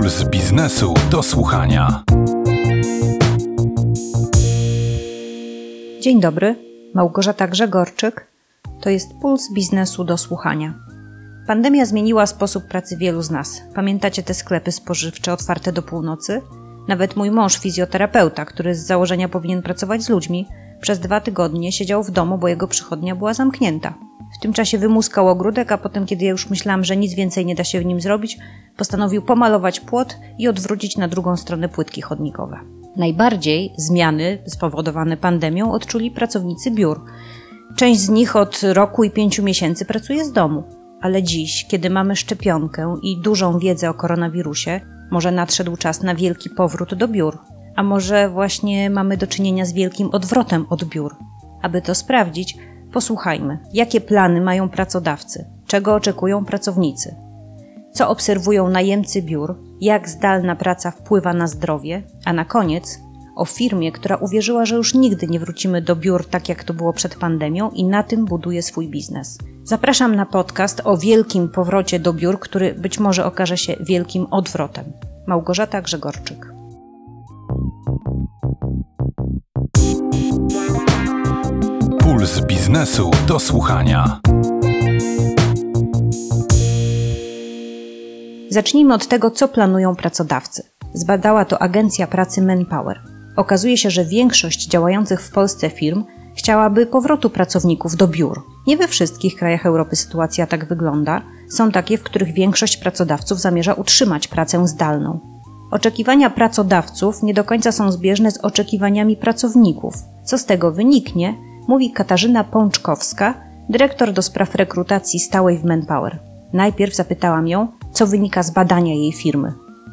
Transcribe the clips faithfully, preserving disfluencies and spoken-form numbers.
Puls biznesu do słuchania. Dzień dobry, Małgorzata Grzegorczyk. To jest Puls biznesu do słuchania. Pandemia zmieniła sposób pracy wielu z nas. Pamiętacie te sklepy spożywcze otwarte do północy? Nawet mój mąż, fizjoterapeuta, który z założenia powinien pracować z ludźmi, przez dwa tygodnie siedział w domu, bo jego przychodnia była zamknięta. W tym czasie wymuskał ogródek, a potem, kiedy ja już myślałam, że nic więcej nie da się w nim zrobić, postanowił pomalować płot i odwrócić na drugą stronę płytki chodnikowe. Najbardziej zmiany spowodowane pandemią odczuli pracownicy biur. Część z nich od roku i pięciu miesięcy pracuje z domu. Ale dziś, kiedy mamy szczepionkę i dużą wiedzę o koronawirusie, może nadszedł czas na wielki powrót do biur. A może właśnie mamy do czynienia z wielkim odwrotem od biur. Aby to sprawdzić, posłuchajmy, jakie plany mają pracodawcy, czego oczekują pracownicy, co obserwują najemcy biur, jak zdalna praca wpływa na zdrowie, a na koniec o firmie, która uwierzyła, że już nigdy nie wrócimy do biur tak jak to było przed pandemią i na tym buduje swój biznes. Zapraszam na podcast o wielkim powrocie do biur, który być może okaże się wielkim odwrotem. Małgorzata Grzegorczyk. Puls biznesu do słuchania. Zacznijmy od tego, co planują pracodawcy. Zbadała to agencja pracy Manpower. Okazuje się, że większość działających w Polsce firm chciałaby powrotu pracowników do biur. Nie we wszystkich krajach Europy sytuacja tak wygląda. Są takie, w których większość pracodawców zamierza utrzymać pracę zdalną. Oczekiwania pracodawców nie do końca są zbieżne z oczekiwaniami pracowników. Co z tego wyniknie, mówi Katarzyna Pączkowska, dyrektor do spraw rekrutacji stałej w Manpower. Najpierw zapytałam ją, co wynika z badania jej firmy.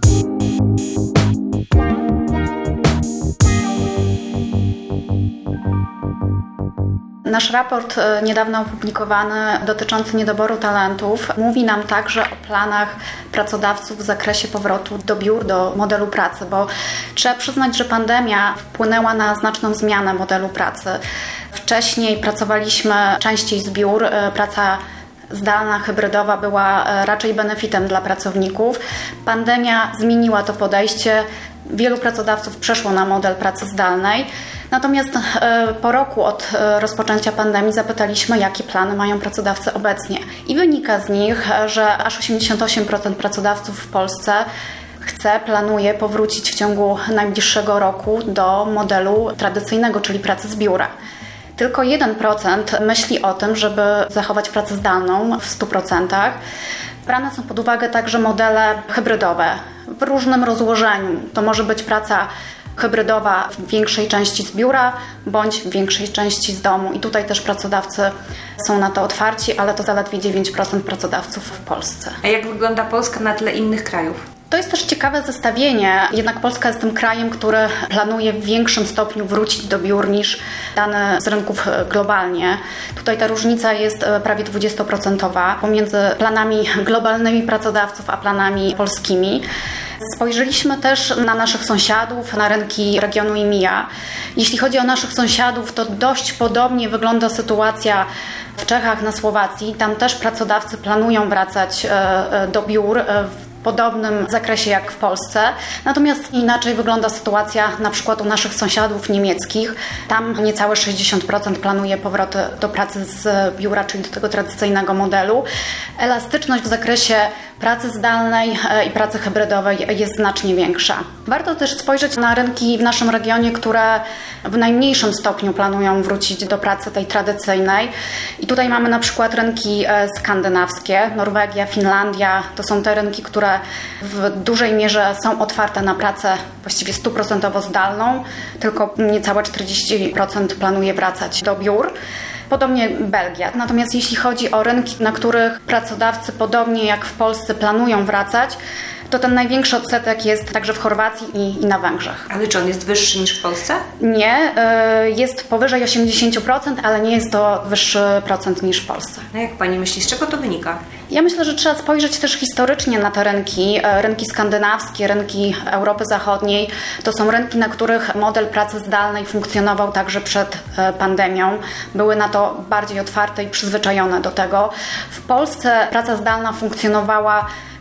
Nasz raport niedawno opublikowany dotyczący niedoboru talentów mówi nam także o planach pracodawców w zakresie powrotu do biur, do modelu pracy, bo trzeba przyznać, że pandemia wpłynęła na znaczną zmianę modelu pracy. Wcześniej pracowaliśmy częściej z biur, praca zdalna, hybrydowa była raczej benefitem dla pracowników. Pandemia zmieniła to podejście. Wielu pracodawców przeszło na model pracy zdalnej. Natomiast po roku od rozpoczęcia pandemii zapytaliśmy, jakie plany mają pracodawcy obecnie. I wynika z nich, że aż osiemdziesiąt osiem procent pracodawców w Polsce chce, planuje powrócić w ciągu najbliższego roku do modelu tradycyjnego, czyli pracy z biura. Tylko jeden procent myśli o tym, żeby zachować pracę zdalną w stu procentach. Brane są pod uwagę także modele hybrydowe w różnym rozłożeniu. To może być praca hybrydowa w większej części z biura bądź w większej części z domu. I tutaj też pracodawcy są na to otwarci, ale to zaledwie dziewięć procent pracodawców w Polsce. A jak wygląda Polska na tle innych krajów? To jest też ciekawe zestawienie, jednak Polska jest tym krajem, który planuje w większym stopniu wrócić do biur niż dane z rynków globalnie. Tutaj ta różnica jest prawie dwudziestoprocentowa pomiędzy planami globalnymi pracodawców a planami polskimi. Spojrzeliśmy też na naszych sąsiadów, na rynki regionu I M I A. Jeśli chodzi o naszych sąsiadów, to dość podobnie wygląda sytuacja w Czechach, na Słowacji. Tam też pracodawcy planują wracać do biur w podobnym zakresie jak w Polsce. Natomiast inaczej wygląda sytuacja na przykład u naszych sąsiadów niemieckich. Tam niecałe sześćdziesiąt procent planuje powroty do pracy z biura, czyli do tego tradycyjnego modelu. Elastyczność w zakresie pracy zdalnej i pracy hybrydowej jest znacznie większa. Warto też spojrzeć na rynki w naszym regionie, które w najmniejszym stopniu planują wrócić do pracy tej tradycyjnej. I tutaj mamy na przykład rynki skandynawskie, Norwegia, Finlandia. To są te rynki, które w dużej mierze są otwarte na pracę właściwie stuprocentowo zdalną, tylko niecałe czterdzieści procent planuje wracać do biur. Podobnie Belgia. Natomiast jeśli chodzi o rynki, na których pracodawcy podobnie jak w Polsce planują wracać, to ten największy odsetek jest także w Chorwacji i, i na Węgrzech. Ale czy on jest wyższy niż w Polsce? Nie, jest powyżej osiemdziesiąt procent, ale nie jest to wyższy procent niż w Polsce. A jak Pani myśli, z czego to wynika? Ja myślę, że trzeba spojrzeć też historycznie na te rynki. Rynki skandynawskie, rynki Europy Zachodniej to są rynki, na których model pracy zdalnej funkcjonował także przed pandemią. Były na to bardziej otwarte i przyzwyczajone do tego. W Polsce praca zdalna funkcjonowała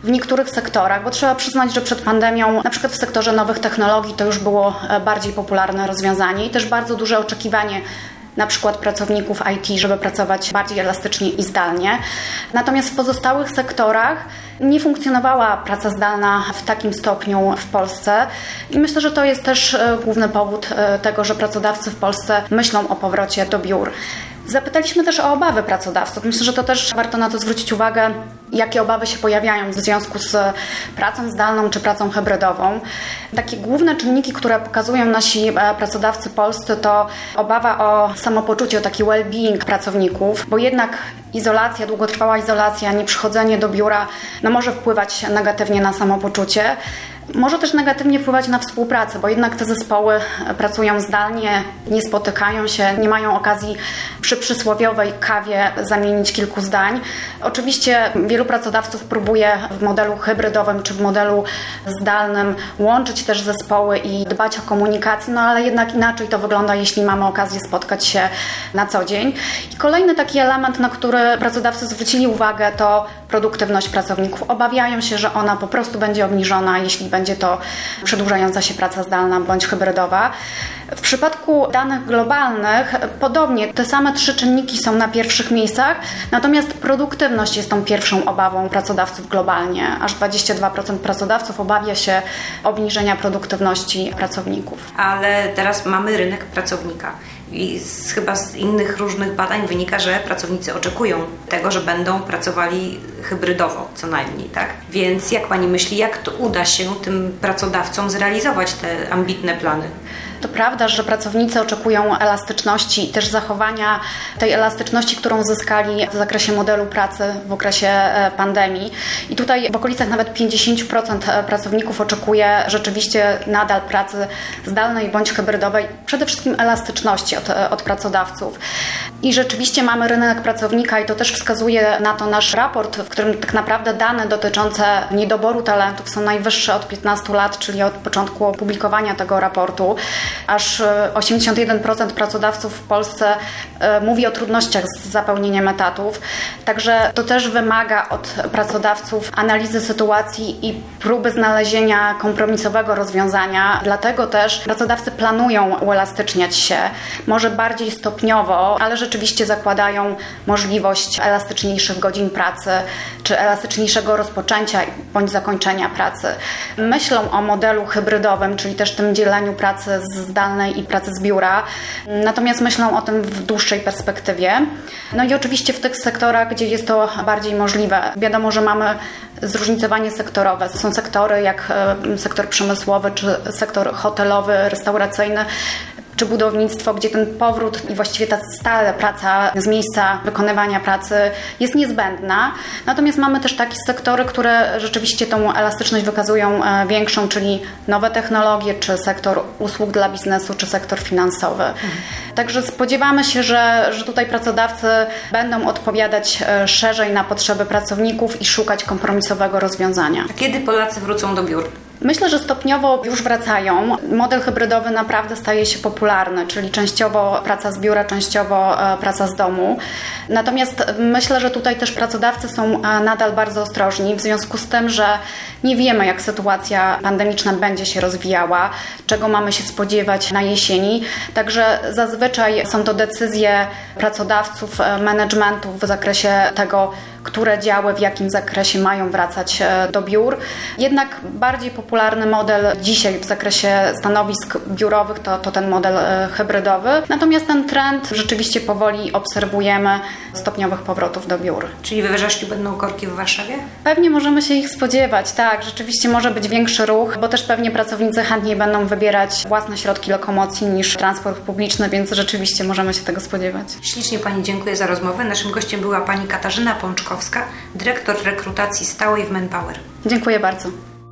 w niektórych sektorach, bo trzeba przyznać, że przed pandemią, na przykład w sektorze nowych technologii, to już było bardziej popularne rozwiązanie i też bardzo duże oczekiwanie na przykład pracowników I T, żeby pracować bardziej elastycznie i zdalnie. Natomiast w pozostałych sektorach nie funkcjonowała praca zdalna w takim stopniu w Polsce i myślę, że to jest też główny powód tego, że pracodawcy w Polsce myślą o powrocie do biur. Zapytaliśmy też o obawy pracodawców. Myślę, że to też warto na to zwrócić uwagę, jakie obawy się pojawiają w związku z pracą zdalną czy pracą hybrydową. Takie główne czynniki, które pokazują nasi pracodawcy polscy, to obawa o samopoczucie, o taki well-being pracowników, bo jednak izolacja, długotrwała izolacja, nieprzychodzenie do biura no może wpływać negatywnie na samopoczucie. Może też negatywnie wpływać na współpracę, bo jednak te zespoły pracują zdalnie, nie spotykają się, nie mają okazji przy przysłowiowej kawie zamienić kilku zdań. Oczywiście wielu pracodawców próbuje w modelu hybrydowym czy w modelu zdalnym łączyć też zespoły i dbać o komunikację, no ale jednak inaczej to wygląda, jeśli mamy okazję spotkać się na co dzień. I kolejny taki element, na który pracodawcy zwrócili uwagę, to produktywność pracowników. Obawiają się, że ona po prostu będzie obniżona, jeśli będzie to przedłużająca się praca zdalna bądź hybrydowa. W przypadku danych globalnych podobnie te same trzy czynniki są na pierwszych miejscach, natomiast produktywność jest tą pierwszą obawą pracodawców globalnie. Aż dwadzieścia dwa procent pracodawców obawia się obniżenia produktywności pracowników. Ale teraz mamy rynek pracownika. I z, chyba z innych różnych badań wynika, że pracownicy oczekują tego, że będą pracowali hybrydowo co najmniej, tak? Więc jak Pani myśli, jak to uda się tym pracodawcom zrealizować te ambitne plany? To prawda, że pracownicy oczekują elastyczności i też zachowania tej elastyczności, którą zyskali w zakresie modelu pracy w okresie pandemii. I tutaj w okolicach nawet pięćdziesiąt procent pracowników oczekuje rzeczywiście nadal pracy zdalnej bądź hybrydowej, przede wszystkim elastyczności od, od pracodawców. I rzeczywiście mamy rynek pracownika i to też wskazuje na to nasz raport, w którym tak naprawdę dane dotyczące niedoboru talentów są najwyższe od piętnastu lat, czyli od początku opublikowania tego raportu. Aż osiemdziesiąt jeden procent pracodawców w Polsce mówi o trudnościach z zapełnieniem etatów. Także to też wymaga od pracodawców analizy sytuacji i próby znalezienia kompromisowego rozwiązania. Dlatego też pracodawcy planują uelastyczniać się, może bardziej stopniowo, ale rzeczywiście zakładają możliwość elastyczniejszych godzin pracy, czy elastyczniejszego rozpoczęcia bądź zakończenia pracy. Myślą o modelu hybrydowym, czyli też tym dzieleniu pracy z zdalnej i pracy z biura, natomiast myślą o tym w dłuższej perspektywie. No i oczywiście w tych sektorach, gdzie jest to bardziej możliwe. Wiadomo, że mamy zróżnicowanie sektorowe. Są sektory jak sektor przemysłowy, czy sektor hotelowy, restauracyjny, czy budownictwo, gdzie ten powrót i właściwie ta stale praca z miejsca wykonywania pracy jest niezbędna. Natomiast mamy też takie sektory, które rzeczywiście tą elastyczność wykazują większą, czyli nowe technologie, czy sektor usług dla biznesu, czy sektor finansowy. Mhm. Także spodziewamy się, że, że tutaj pracodawcy będą odpowiadać szerzej na potrzeby pracowników i szukać kompromisowego rozwiązania. A kiedy Polacy wrócą do biur? Myślę, że stopniowo już wracają. Model hybrydowy naprawdę staje się popularny, czyli częściowo praca z biura, częściowo praca z domu. Natomiast myślę, że tutaj też pracodawcy są nadal bardzo ostrożni w związku z tym, że nie wiemy, jak sytuacja pandemiczna będzie się rozwijała, czego mamy się spodziewać na jesieni. Także zazwyczaj są to decyzje pracodawców, managementów w zakresie tego, które działy w jakim zakresie mają wracać do biur. Jednak bardziej popularny model dzisiaj w zakresie stanowisk biurowych to, to ten model hybrydowy. Natomiast ten trend rzeczywiście powoli obserwujemy stopniowych powrotów do biur. Czyli we wrześniu będą korki w Warszawie? Pewnie możemy się ich spodziewać, tak. Rzeczywiście może być większy ruch, bo też pewnie pracownicy chętniej będą wybierać własne środki lokomocji niż transport publiczny, więc rzeczywiście możemy się tego spodziewać. Ślicznie Pani dziękuję za rozmowę. Naszym gościem była Pani Katarzyna Pączkowska, dyrektor rekrutacji stałej w Manpower. Dziękuję bardzo.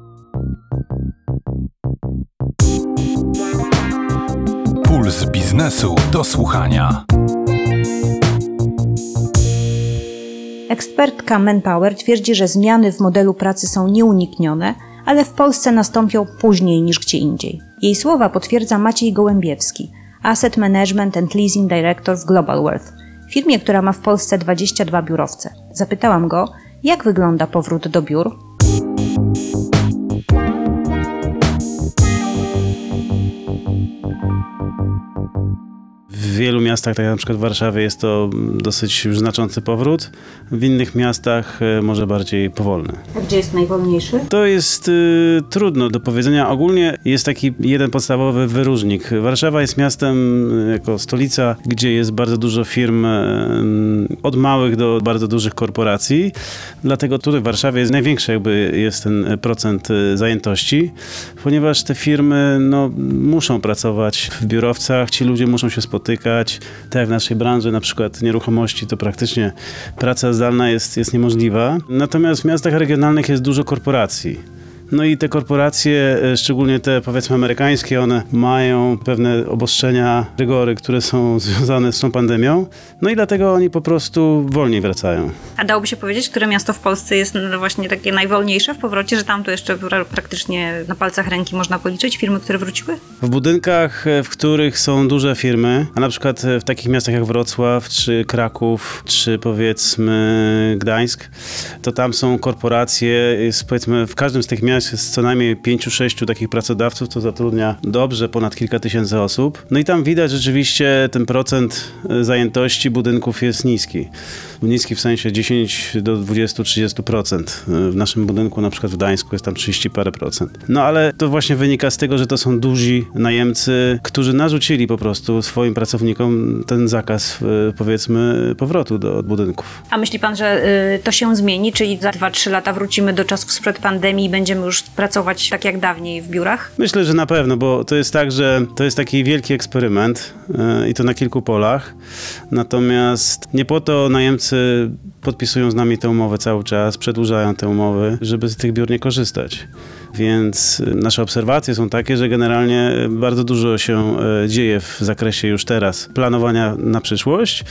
Puls biznesu do słuchania. Ekspertka Manpower twierdzi, że zmiany w modelu pracy są nieuniknione, ale w Polsce nastąpią później niż gdzie indziej. Jej słowa potwierdza Maciej Gołębiewski, Asset Management and Leasing Director w Global Wealth, firmie, która ma w Polsce dwadzieścia dwa biurowce. Zapytałam go, jak wygląda powrót do biur. wielu miastach, tak jak na przykład w Warszawie, jest to dosyć już znaczący powrót. W innych miastach e, może bardziej powolny. A gdzie jest najwolniejszy? To jest y, trudno do powiedzenia. Ogólnie jest taki jeden podstawowy wyróżnik. Warszawa jest miastem y, jako stolica, gdzie jest bardzo dużo firm y, od małych do bardzo dużych korporacji. Dlatego tutaj w Warszawie jest największy jakby jest ten procent y, zajętości, ponieważ te firmy no, muszą pracować w biurowcach, ci ludzie muszą się spotykać. Tak jak w naszej branży, na przykład nieruchomości, to praktycznie praca zdalna jest, jest niemożliwa. Natomiast w miastach regionalnych jest dużo korporacji. No i te korporacje, szczególnie te powiedzmy amerykańskie, one mają pewne obostrzenia, rygory, które są związane z tą pandemią. No i dlatego oni po prostu wolniej wracają. A dałoby się powiedzieć, które miasto w Polsce jest no właśnie takie najwolniejsze w powrocie, że tam to jeszcze praktycznie na palcach ręki można policzyć firmy, które wróciły? W budynkach, w których są duże firmy, a na przykład w takich miastach jak Wrocław, czy Kraków, czy powiedzmy Gdańsk, to tam są korporacje, jest powiedzmy w każdym z tych miast jest co najmniej pięciu, sześciu takich pracodawców, co zatrudnia dobrze ponad kilka tysięcy osób. No i tam widać rzeczywiście ten procent zajętości budynków jest niski. Niski w sensie dziesięć do dwudziestu do trzydziestu procent. W naszym budynku, na przykład w Gdańsku, jest tam trzydzieści parę procent. No ale to właśnie wynika z tego, że to są duzi najemcy, którzy narzucili po prostu swoim pracownikom ten zakaz, powiedzmy, powrotu do budynków. A myśli pan, że y, to się zmieni, czyli za dwa trzy lata wrócimy do czasów sprzed pandemii i będziemy już pracować tak jak dawniej w biurach? Myślę, że na pewno, bo to jest tak, że to jest taki wielki eksperyment yy, i to na kilku polach. Natomiast nie po to najemcy podpisują z nami tę umowę cały czas, przedłużają te umowy, żeby z tych biur nie korzystać. Więc nasze obserwacje są takie, że generalnie bardzo dużo się dzieje w zakresie już teraz planowania na przyszłość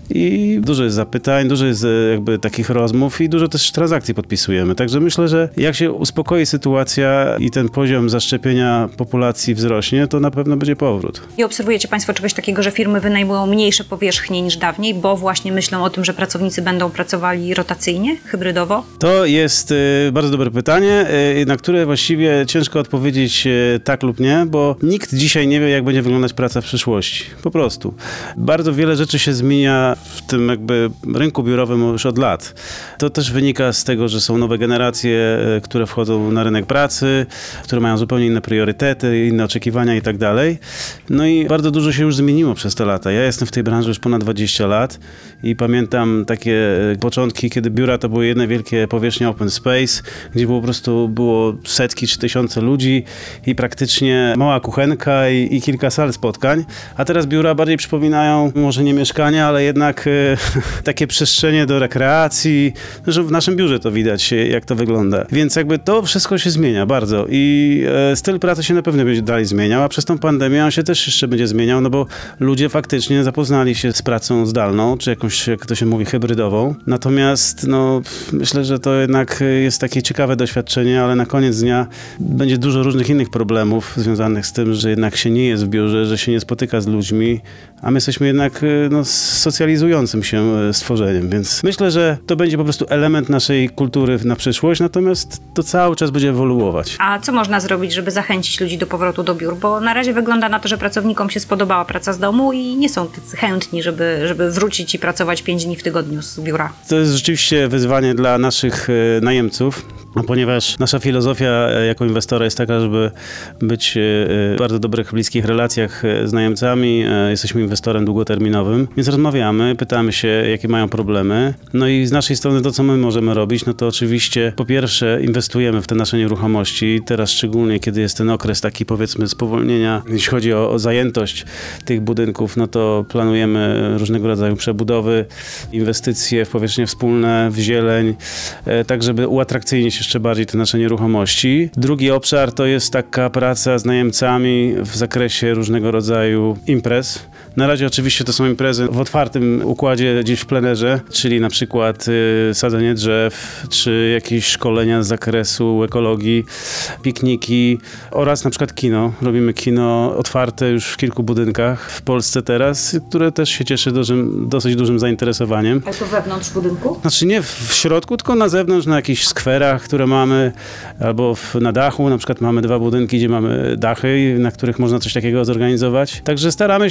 i dużo jest zapytań, dużo jest jakby takich rozmów i dużo też transakcji podpisujemy. Także myślę, że jak się uspokoi sytuacja i ten poziom zaszczepienia populacji wzrośnie, to na pewno będzie powrót. I obserwujecie państwo czegoś takiego, że firmy wynajmują mniejsze powierzchnie niż dawniej, bo właśnie myślą o tym, że pracownicy będą pracowali rotacyjnie, hybrydowo? To jest y, bardzo dobre pytanie, y, na które właściwie ciężko odpowiedzieć y, tak lub nie, bo nikt dzisiaj nie wie, jak będzie wyglądać praca w przyszłości. Po prostu. Bardzo wiele rzeczy się zmienia w tym jakby rynku biurowym już od lat. To też wynika z tego, że są nowe generacje, y, które wchodzą na rynek pracy, które mają zupełnie inne priorytety, inne oczekiwania i tak dalej. No i bardzo dużo się już zmieniło przez te lata. Ja jestem w tej branży już ponad dwadzieścia lat i pamiętam takie y, początki, kiedy biura to były jedne wielkie powierzchnie open space, gdzie po prostu było setki czy tysiące ludzi i praktycznie mała kuchenka i, i kilka sal spotkań, a teraz biura bardziej przypominają może nie mieszkania, ale jednak e, takie przestrzenie do rekreacji, że w naszym biurze to widać, jak to wygląda. Więc jakby to wszystko się zmienia bardzo i e, styl pracy się na pewno będzie dalej zmieniał, a przez tą pandemię on się też jeszcze będzie zmieniał, no bo ludzie faktycznie zapoznali się z pracą zdalną, czy jakąś, jak to się mówi, hybrydową. Natomiast no, myślę, że to jednak jest takie ciekawe doświadczenie, ale na koniec dnia będzie dużo różnych innych problemów związanych z tym, że jednak się nie jest w biurze, że się nie spotyka z ludźmi, a my jesteśmy jednak no, socjalizującym się stworzeniem, więc myślę, że to będzie po prostu element naszej kultury na przyszłość, natomiast to cały czas będzie ewoluować. A co można zrobić, żeby zachęcić ludzi do powrotu do biur? Bo na razie wygląda na to, że pracownikom się spodobała praca z domu i nie są tacy chętni, żeby, żeby wrócić i pracować pięć dni w tygodniu z biura. To jest rzeczywiście wyzwanie dla naszych najemców, ponieważ nasza filozofia jako inwestora jest taka, żeby być w bardzo dobrych, bliskich relacjach z najemcami. Jesteśmy inwestorem długoterminowym, więc rozmawiamy, pytamy się, jakie mają problemy. No i z naszej strony to, co my możemy robić, no to oczywiście po pierwsze inwestujemy w te nasze nieruchomości. Teraz szczególnie, kiedy jest ten okres taki, powiedzmy, spowolnienia, jeśli chodzi o, o zajętość tych budynków, no to planujemy różnego rodzaju przebudowy, inwestycje w powierzchnie wspólne, w zieleń, tak żeby uatrakcyjnić jeszcze bardziej te nasze nieruchomości. Drugi obszar to jest taka praca z najemcami w zakresie różnego rodzaju imprez. Na razie oczywiście to są imprezy w otwartym układzie gdzieś w plenerze, czyli na przykład y, sadzenie drzew, czy jakieś szkolenia z zakresu ekologii, pikniki oraz na przykład kino. Robimy kino otwarte już w kilku budynkach w Polsce teraz, które też się cieszy dużym, dosyć dużym zainteresowaniem. A to wewnątrz budynku? Znaczy nie w środku, tylko na zewnątrz, na jakichś skwerach, które mamy, albo w, na dachu. Na przykład mamy dwa budynki, gdzie mamy dachy, na których można coś takiego zorganizować. Także staramy się jakby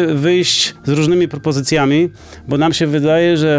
chcemy wyjść z różnymi propozycjami, bo nam się wydaje, że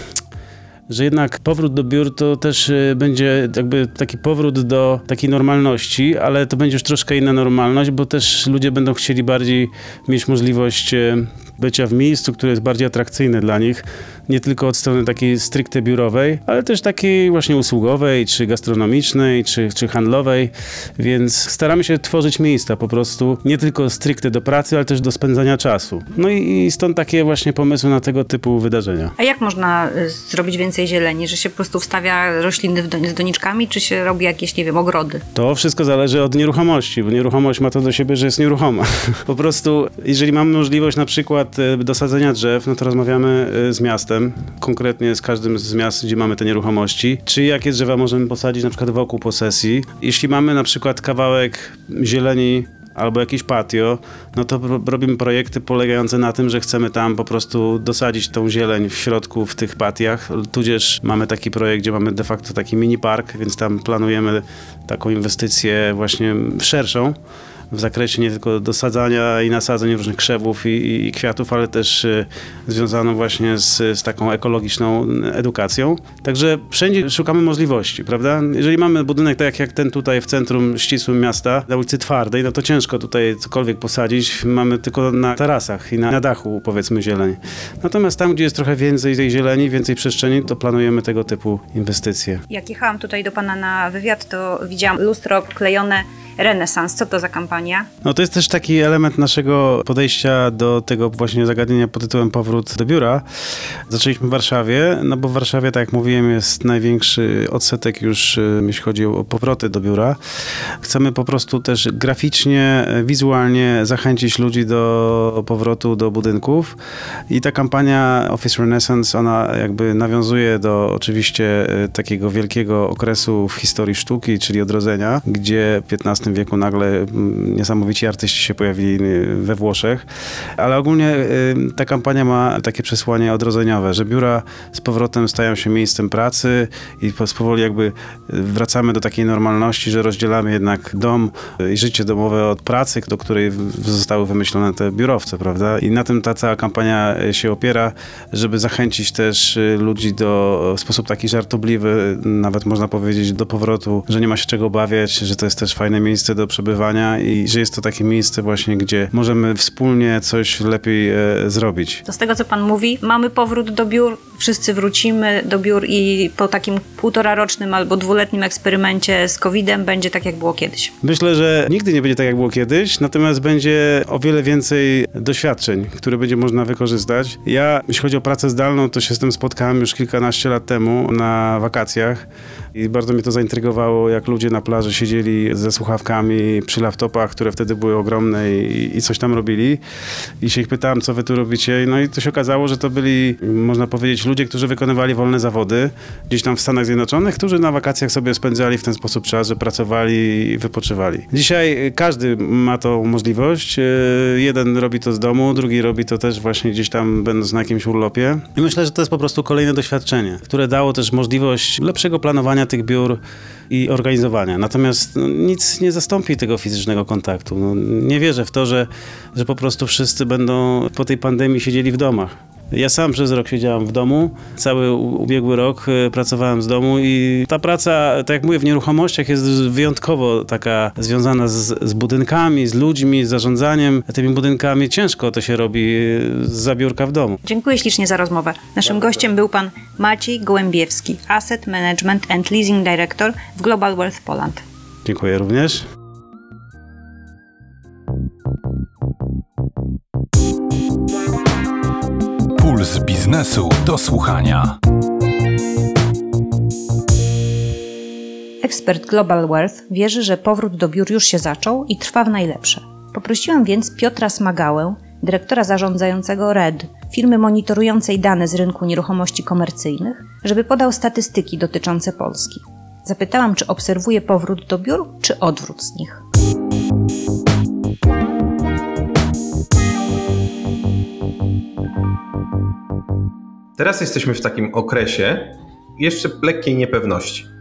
że jednak powrót do biur to też będzie jakby taki powrót do takiej normalności, ale to będzie już troszkę inna normalność, bo też ludzie będą chcieli bardziej mieć możliwość bycia w miejscu, które jest bardziej atrakcyjne dla nich, nie tylko od strony takiej stricte biurowej, ale też takiej właśnie usługowej, czy gastronomicznej, czy, czy handlowej, więc staramy się tworzyć miejsca po prostu, nie tylko stricte do pracy, ale też do spędzania czasu. No i, i stąd takie właśnie pomysły na tego typu wydarzenia. A jak można y, zrobić więcej zieleni? Że się po prostu wstawia rośliny w do, z doniczkami, czy się robi jakieś, nie wiem, ogrody? To wszystko zależy od nieruchomości, bo nieruchomość ma to do siebie, że jest nieruchoma. Po prostu, jeżeli mamy możliwość na przykład do sadzenia drzew, no to rozmawiamy z miastem, konkretnie z każdym z miast, gdzie mamy te nieruchomości, czy jakie drzewa możemy posadzić na przykład wokół posesji. Jeśli mamy na przykład kawałek zieleni albo jakieś patio, no to robimy projekty polegające na tym, że chcemy tam po prostu dosadzić tą zieleń w środku, w tych patiach, tudzież mamy taki projekt, gdzie mamy de facto taki mini park, więc tam planujemy taką inwestycję właśnie szerszą, w zakresie nie tylko dosadzania i nasadzeń różnych krzewów i, i, i kwiatów, ale też y, związaną właśnie z, z taką ekologiczną edukacją. Także wszędzie szukamy możliwości, prawda? Jeżeli mamy budynek tak jak ten tutaj w centrum ścisłym miasta, na ulicy Twardej, no to ciężko tutaj cokolwiek posadzić. Mamy tylko na tarasach i na, na dachu, powiedzmy, zieleń. Natomiast tam, gdzie jest trochę więcej tej zieleni, więcej przestrzeni, to planujemy tego typu inwestycje. Jak jechałam tutaj do pana na wywiad, to widziałam lustro klejone Renesans. Co to za kampania? No to jest też taki element naszego podejścia do tego właśnie zagadnienia pod tytułem powrót do biura. Zaczęliśmy w Warszawie, no bo w Warszawie, tak jak mówiłem, jest największy odsetek już, jeśli chodzi o powroty do biura. Chcemy po prostu też graficznie, wizualnie zachęcić ludzi do powrotu do budynków i ta kampania Office Renaissance, ona jakby nawiązuje do oczywiście takiego wielkiego okresu w historii sztuki, czyli odrodzenia, gdzie w piętnastym wieku nagle niesamowici artyści się pojawili we Włoszech, ale ogólnie ta kampania ma takie przesłanie odrodzeniowe, że biura z powrotem stają się miejscem pracy i powoli jakby wracamy do takiej normalności, że rozdzielamy jednak dom i życie domowe od pracy, do której zostały wymyślone te biurowce, prawda? I na tym ta cała kampania się opiera, żeby zachęcić też ludzi do, w sposób taki żartobliwy, nawet można powiedzieć, do powrotu, że nie ma się czego obawiać, że to jest też fajne miejsce do przebywania i że jest to takie miejsce właśnie, gdzie możemy wspólnie coś lepiej e, zrobić. To z tego, co pan mówi, mamy powrót do biur, wszyscy wrócimy do biur i po takim półtorarocznym albo dwuletnim eksperymencie z kowidem będzie tak, jak było kiedyś. Myślę, że nigdy nie będzie tak, jak było kiedyś, natomiast będzie o wiele więcej doświadczeń, które będzie można wykorzystać. Ja, jeśli chodzi o pracę zdalną, to się z tym spotkałem już kilkanaście lat temu na wakacjach i bardzo mnie to zaintrygowało, jak ludzie na plaży siedzieli ze słuchawkami przy laptopach, które wtedy były ogromne i, i coś tam robili. I się ich pytałem, co wy tu robicie? No i to się okazało, że to byli, można powiedzieć, ludzie, którzy wykonywali wolne zawody gdzieś tam w Stanach Zjednoczonych, którzy na wakacjach sobie spędzali w ten sposób czas, że pracowali i wypoczywali. Dzisiaj każdy ma tą możliwość. Jeden robi to z domu, drugi robi to też właśnie gdzieś tam będąc na jakimś urlopie. I myślę, że to jest po prostu kolejne doświadczenie, które dało też możliwość lepszego planowania tych biur i organizowania. Natomiast no, nic nie zastąpi tego fizycznego kontaktu. No, nie wierzę w to, że, że po prostu wszyscy będą po tej pandemii siedzieli w domach. Ja sam przez rok siedziałem w domu, cały ubiegły rok pracowałem z domu i ta praca, tak jak mówię, w nieruchomościach jest wyjątkowo taka związana z, z budynkami, z ludźmi, z zarządzaniem tymi budynkami. Ciężko to się robi zza biurka w domu. Dziękuję ślicznie za rozmowę. Naszym gościem był pan Maciej Gołębiewski, Asset Management and Leasing Director w Global Wealth Poland. Dziękuję również. Puls biznesu do słuchania. Ekspert Global Wealth wierzy, że powrót do biur już się zaczął i trwa w najlepsze. Poprosiłam więc Piotra Smagałę, dyrektora zarządzającego R E D, firmy monitorującej dane z rynku nieruchomości komercyjnych, żeby podał statystyki dotyczące Polski. Zapytałam, czy obserwuje powrót do biur, czy odwrót z nich. Teraz jesteśmy w takim okresie jeszcze lekkiej niepewności.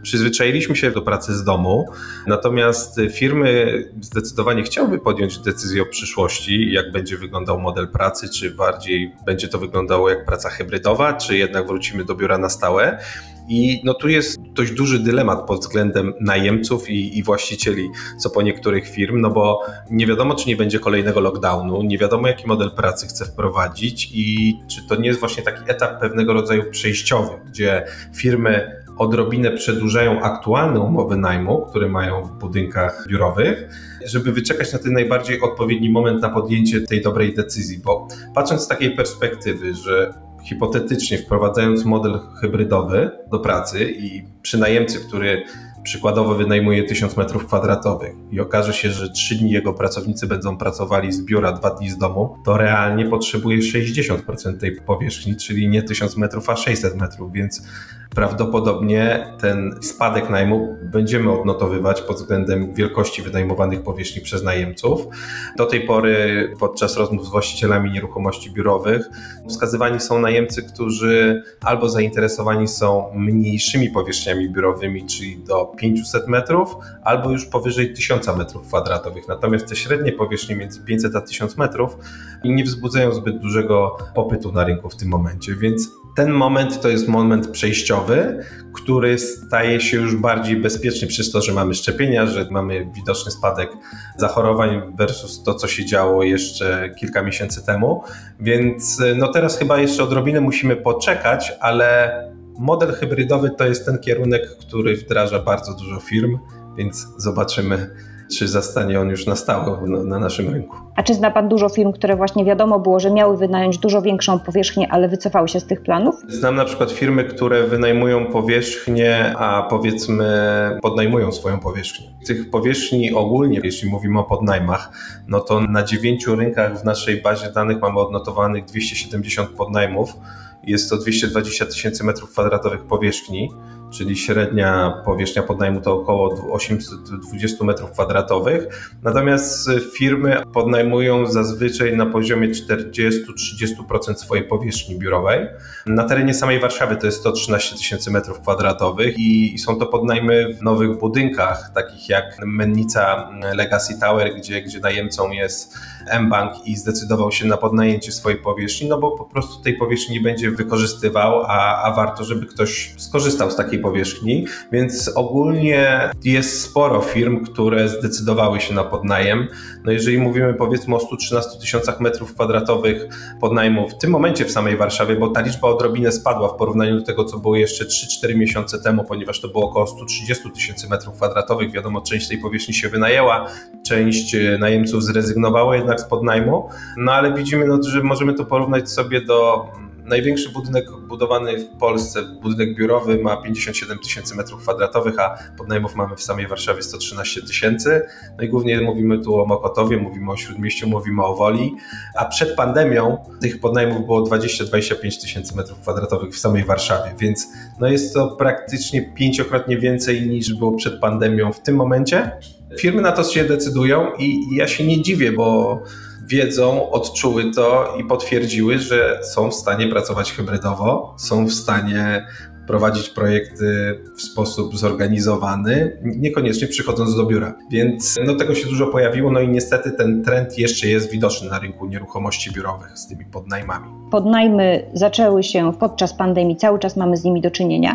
Przyzwyczailiśmy się do pracy z domu, natomiast firmy zdecydowanie chciałyby podjąć decyzję o przyszłości, jak będzie wyglądał model pracy, czy bardziej będzie to wyglądało jak praca hybrydowa, czy jednak wrócimy do biura na stałe. I no tu jest dość duży dylemat pod względem najemców i, i właścicieli, co po niektórych firm, no bo nie wiadomo, czy nie będzie kolejnego lockdownu, nie wiadomo, jaki model pracy chce wprowadzić i czy to nie jest właśnie taki etap pewnego rodzaju przejściowy, gdzie firmy odrobinę przedłużają aktualne umowy najmu, które mają w budynkach biurowych, żeby wyczekać na ten najbardziej odpowiedni moment na podjęcie tej dobrej decyzji, bo patrząc z takiej perspektywy, że hipotetycznie wprowadzając model hybrydowy do pracy i przy najemcy, który przykładowo wynajmuje tysiąc metrów kwadratowych i okaże się, że trzy dni jego pracownicy będą pracowali z biura, dwa dni z domu, to realnie potrzebuje sześćdziesiąt procent tej powierzchni, czyli nie tysiąc metrów, a sześćset metrów, więc prawdopodobnie ten spadek najmu będziemy odnotowywać pod względem wielkości wynajmowanych powierzchni przez najemców. Do tej pory podczas rozmów z właścicielami nieruchomości biurowych wskazywani są najemcy, którzy albo zainteresowani są mniejszymi powierzchniami biurowymi, czyli do pięćset metrów, albo już powyżej tysiąc metrów kwadratowych. Natomiast te średnie powierzchnie między pięćset a tysiąc metrów nie wzbudzają zbyt dużego popytu na rynku w tym momencie, więc ten moment to jest moment przejściowy, który staje się już bardziej bezpieczny przez to, że mamy szczepienia, że mamy widoczny spadek zachorowań versus to, co się działo jeszcze kilka miesięcy temu. Więc no teraz chyba jeszcze odrobinę musimy poczekać, ale model hybrydowy to jest ten kierunek, który wdraża bardzo dużo firm, więc zobaczymy, czy zastanie on już na stałe na, na naszym rynku. A czy zna Pan dużo firm, które właśnie wiadomo było, że miały wynająć dużo większą powierzchnię, ale wycofały się z tych planów? Znam na przykład firmy, które wynajmują powierzchnię, a powiedzmy podnajmują swoją powierzchnię. Tych powierzchni ogólnie, jeśli mówimy o podnajmach, no to na dziewięciu rynkach w naszej bazie danych mamy odnotowanych dwieście siedemdziesiąt podnajmów. Jest to dwieście dwadzieścia tysięcy metrów kwadratowych powierzchni, czyli średnia powierzchnia podnajmu to około osiemset dwadzieścia metrów kwadratowych. Natomiast firmy podnajmują zazwyczaj na poziomie czterdzieści do trzydziestu procent swojej powierzchni biurowej. Na terenie samej Warszawy to jest sto trzynaście tysięcy metrów kwadratowych i są to podnajmy w nowych budynkach, takich jak Mennica Legacy Tower, gdzie, gdzie najemcą jest mBank i zdecydował się na podnajęcie swojej powierzchni, no bo po prostu tej powierzchni nie będzie wykorzystywał, a, a warto, żeby ktoś skorzystał z takiej powierzchni, więc ogólnie jest sporo firm, które zdecydowały się na podnajem. No jeżeli mówimy powiedzmy o stu trzynastu tysiącach metrów kwadratowych podnajmu w tym momencie w samej Warszawie, bo ta liczba odrobinę spadła w porównaniu do tego, co było jeszcze trzy cztery miesiące temu, ponieważ to było około stu trzydziestu tysięcy metrów kwadratowych. Wiadomo, część tej powierzchni się wynajęła, część najemców zrezygnowała jednak z podnajmu, no ale widzimy, no, że możemy to porównać sobie do największy budynek budowany w Polsce, budynek biurowy ma pięćdziesiąt siedem tysięcy metrów kwadratowych, a podnajmów mamy w samej Warszawie sto trzynaście tysięcy. No i głównie mówimy tu o Mokotowie, mówimy o Śródmieściu, mówimy o Woli, a przed pandemią tych podnajmów było dwadzieścia do dwudziestu pięciu tysięcy metrów kwadratowych w samej Warszawie, więc no jest to praktycznie pięciokrotnie więcej niż było przed pandemią w tym momencie. Firmy na to się decydują i ja się nie dziwię, bo wiedzą, odczuły to i potwierdziły, że są w stanie pracować hybrydowo, są w stanie prowadzić projekty w sposób zorganizowany, niekoniecznie przychodząc do biura. Więc no, tego się dużo pojawiło, no i niestety ten trend jeszcze jest widoczny na rynku nieruchomości biurowych z tymi podnajmami. Podnajmy zaczęły się podczas pandemii, cały czas mamy z nimi do czynienia.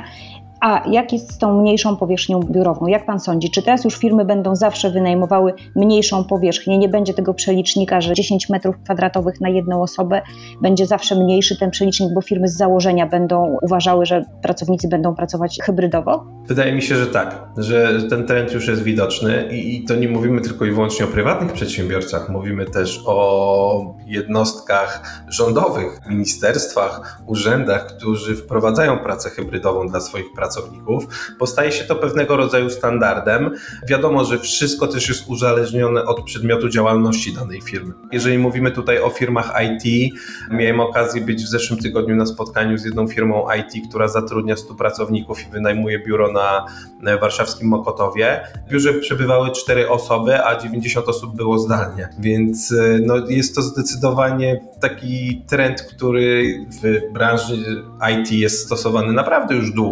A jak jest z tą mniejszą powierzchnią biurową? Jak Pan sądzi? Czy teraz już firmy będą zawsze wynajmowały mniejszą powierzchnię? Nie będzie tego przelicznika, że dziesięć metrów kwadratowych na jedną osobę będzie zawsze mniejszy ten przelicznik, bo firmy z założenia będą uważały, że pracownicy będą pracować hybrydowo? Wydaje mi się, że tak, że ten trend już jest widoczny i, i to nie mówimy tylko i wyłącznie o prywatnych przedsiębiorcach, mówimy też o jednostkach rządowych, ministerstwach, urzędach, którzy wprowadzają pracę hybrydową dla swoich pracowników. pracowników, bo staje się to pewnego rodzaju standardem. Wiadomo, że wszystko też jest uzależnione od przedmiotu działalności danej firmy. Jeżeli mówimy tutaj o firmach I T, miałem okazję być w zeszłym tygodniu na spotkaniu z jedną firmą I T, która zatrudnia stu pracowników i wynajmuje biuro na warszawskim Mokotowie. W biurze przebywały cztery osoby, a dziewięćdziesiąt osób było zdalnie, więc no, jest to zdecydowanie taki trend, który w branży I T jest stosowany naprawdę już długo. Znam firmy,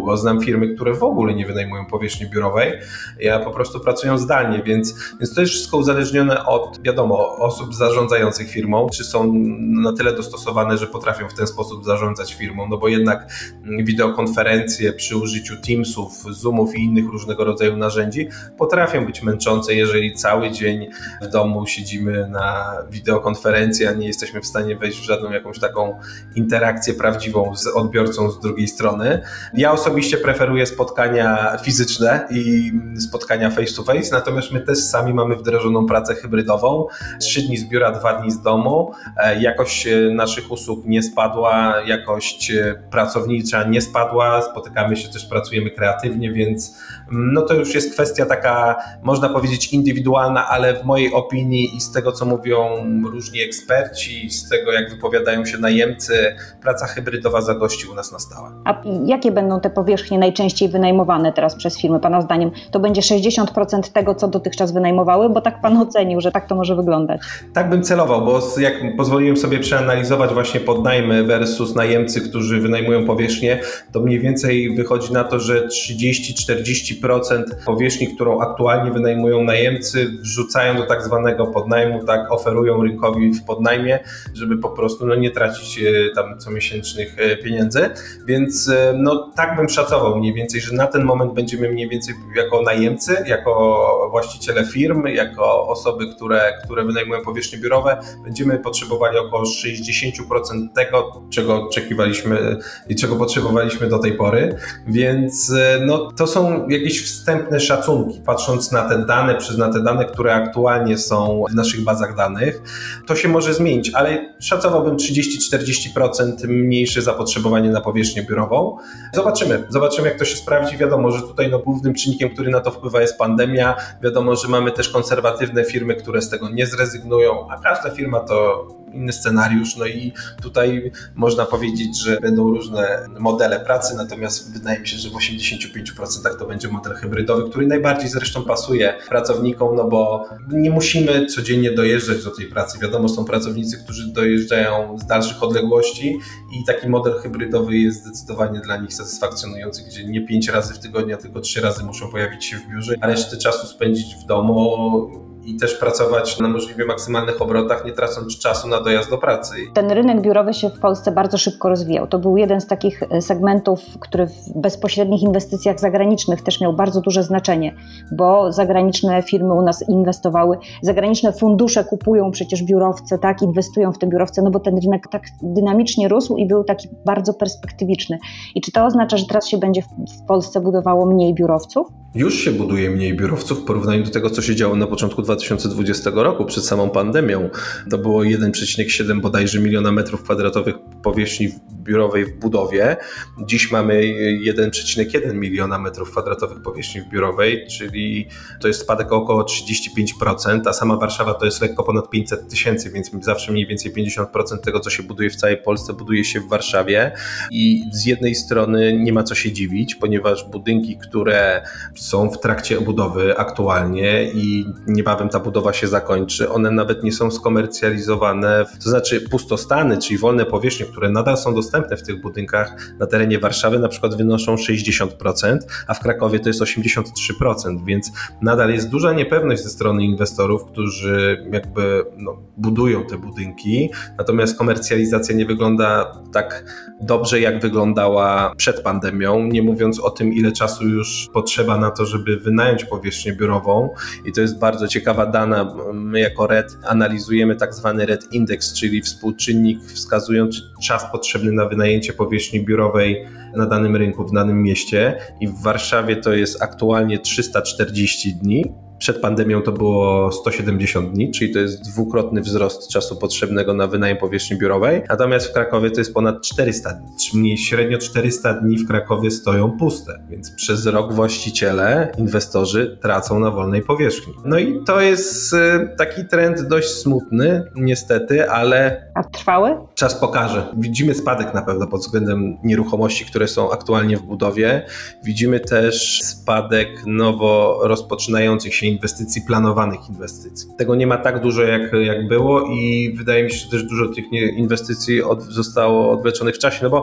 firmy, które w ogóle nie wynajmują powierzchni biurowej, ja po prostu pracują zdalnie, więc, więc to jest wszystko uzależnione od, wiadomo, osób zarządzających firmą, czy są na tyle dostosowane, że potrafią w ten sposób zarządzać firmą, no bo jednak wideokonferencje przy użyciu Teamsów, Zoomów i innych różnego rodzaju narzędzi potrafią być męczące, jeżeli cały dzień w domu siedzimy na wideokonferencji, a nie jesteśmy w stanie wejść w żadną jakąś taką interakcję prawdziwą z odbiorcą z drugiej strony. Ja osobiście preferuję spotkania fizyczne i spotkania face to face, natomiast my też sami mamy wdrożoną pracę hybrydową. Trzy dni z biura, dwa dni z domu. Jakość naszych usług nie spadła, jakość pracownicza nie spadła, spotykamy się też, pracujemy kreatywnie, więc no to już jest kwestia taka, można powiedzieć, indywidualna, ale w mojej opinii i z tego, co mówią różni eksperci, z tego, jak wypowiadają się najemcy, praca hybrydowa zagości u nas na stałe. A jakie będą te powierzchnie najczęściej wynajmowane teraz przez firmy? Pana zdaniem to będzie sześćdziesiąt procent tego, co dotychczas wynajmowały, bo tak Pan ocenił, że tak to może wyglądać. Tak bym celował, bo jak pozwoliłem sobie przeanalizować właśnie podnajmy versus najemcy, którzy wynajmują powierzchnię, to mniej więcej wychodzi na to, że trzydzieści do czterdziestu procent powierzchni, którą aktualnie wynajmują najemcy, wrzucają do tak zwanego podnajmu, tak oferują rynkowi w podnajmie, żeby po prostu no, nie tracić tam comiesięcznych pieniędzy, więc no tak bym szacował mniej więcej, że na ten moment będziemy mniej więcej jako najemcy, jako właściciele firm, jako osoby, które, które wynajmują powierzchnie biurowe, będziemy potrzebowali około sześćdziesiąt procent tego, czego oczekiwaliśmy i czego potrzebowaliśmy do tej pory, więc no to są jakieś wstępne szacunki, patrząc na te dane, przez na te dane, które aktualnie są w naszych bazach danych, to się może zmienić, ale szacowałbym trzydzieści do czterdziestu procent mniejsze zapotrzebowanie na powierzchnię biurową. Zobaczymy, zobaczymy jak to się sprawdzi. Wiadomo, że tutaj no, głównym czynnikiem, który na to wpływa, jest pandemia. Wiadomo, że mamy też konserwatywne firmy, które z tego nie zrezygnują, a każda firma to inny scenariusz, no i tutaj można powiedzieć, że będą różne modele pracy, natomiast wydaje mi się, że w osiemdziesięciu pięciu procentach to będzie model hybrydowy, który najbardziej zresztą pasuje pracownikom, no bo nie musimy codziennie dojeżdżać do tej pracy. Wiadomo, są pracownicy, którzy dojeżdżają z dalszych odległości i taki model hybrydowy jest zdecydowanie dla nich satysfakcjonujący, gdzie nie pięć razy w tygodniu, tylko trzy razy muszą pojawić się w biurze, a resztę czasu spędzić w domu i też pracować na możliwie maksymalnych obrotach, nie tracąc czasu na dojazd do pracy. Ten rynek biurowy się w Polsce bardzo szybko rozwijał. To był jeden z takich segmentów, który w bezpośrednich inwestycjach zagranicznych też miał bardzo duże znaczenie, bo zagraniczne firmy u nas inwestowały, zagraniczne fundusze kupują przecież biurowce, tak, inwestują w te biurowce, no bo ten rynek tak dynamicznie rósł i był taki bardzo perspektywiczny. I czy to oznacza, że teraz się będzie w Polsce budowało mniej biurowców? Już się buduje mniej biurowców w porównaniu do tego, co się działo na początku dwa tysiące dwudziestego roku, przed samą pandemią. To było jeden przecinek siedem bodajże miliona metrów kwadratowych powierzchni biurowej w budowie. Dziś mamy jeden przecinek jeden miliona metrów kwadratowych powierzchni biurowej, czyli to jest spadek o około trzydzieści pięć procent, a sama Warszawa to jest lekko ponad pięćset tysięcy, więc zawsze mniej więcej pięćdziesiąt procent tego, co się buduje w całej Polsce, buduje się w Warszawie i z jednej strony nie ma co się dziwić, ponieważ budynki, które są w trakcie budowy aktualnie i niebawem ta budowa się zakończy, one nawet nie są skomercjalizowane, to znaczy pustostany, czyli wolne powierzchnie, które nadal są dostępne w tych budynkach na terenie Warszawy, na przykład wynoszą sześćdziesiąt procent, a w Krakowie to jest osiemdziesiąt trzy procent, więc nadal jest duża niepewność ze strony inwestorów, którzy jakby no, budują te budynki, natomiast komercjalizacja nie wygląda tak dobrze, jak wyglądała przed pandemią, nie mówiąc o tym, ile czasu już potrzeba na to, żeby wynająć powierzchnię biurową i to jest bardzo ciekawa dana. My jako R E D analizujemy tak zwany R E D Index, czyli współczynnik wskazujący czas potrzebny na wynajęcie powierzchni biurowej na danym rynku, w danym mieście i w Warszawie to jest aktualnie trzysta czterdzieści dni. Przed pandemią to było sto siedemdziesiąt dni, czyli to jest dwukrotny wzrost czasu potrzebnego na wynajem powierzchni biurowej, natomiast w Krakowie to jest ponad czterysta dni, czyli średnio czterysta dni w Krakowie stoją puste, więc przez rok właściciele, inwestorzy tracą na wolnej powierzchni. No i to jest taki trend dość smutny, niestety, ale A trwały? Czas pokaże. Widzimy spadek na pewno pod względem nieruchomości, które są aktualnie w budowie. Widzimy też spadek nowo rozpoczynających się inwestycji, planowanych inwestycji. Tego nie ma tak dużo, jak, jak było i wydaje mi się, że też dużo tych inwestycji od, zostało odwleczonych w czasie, no bo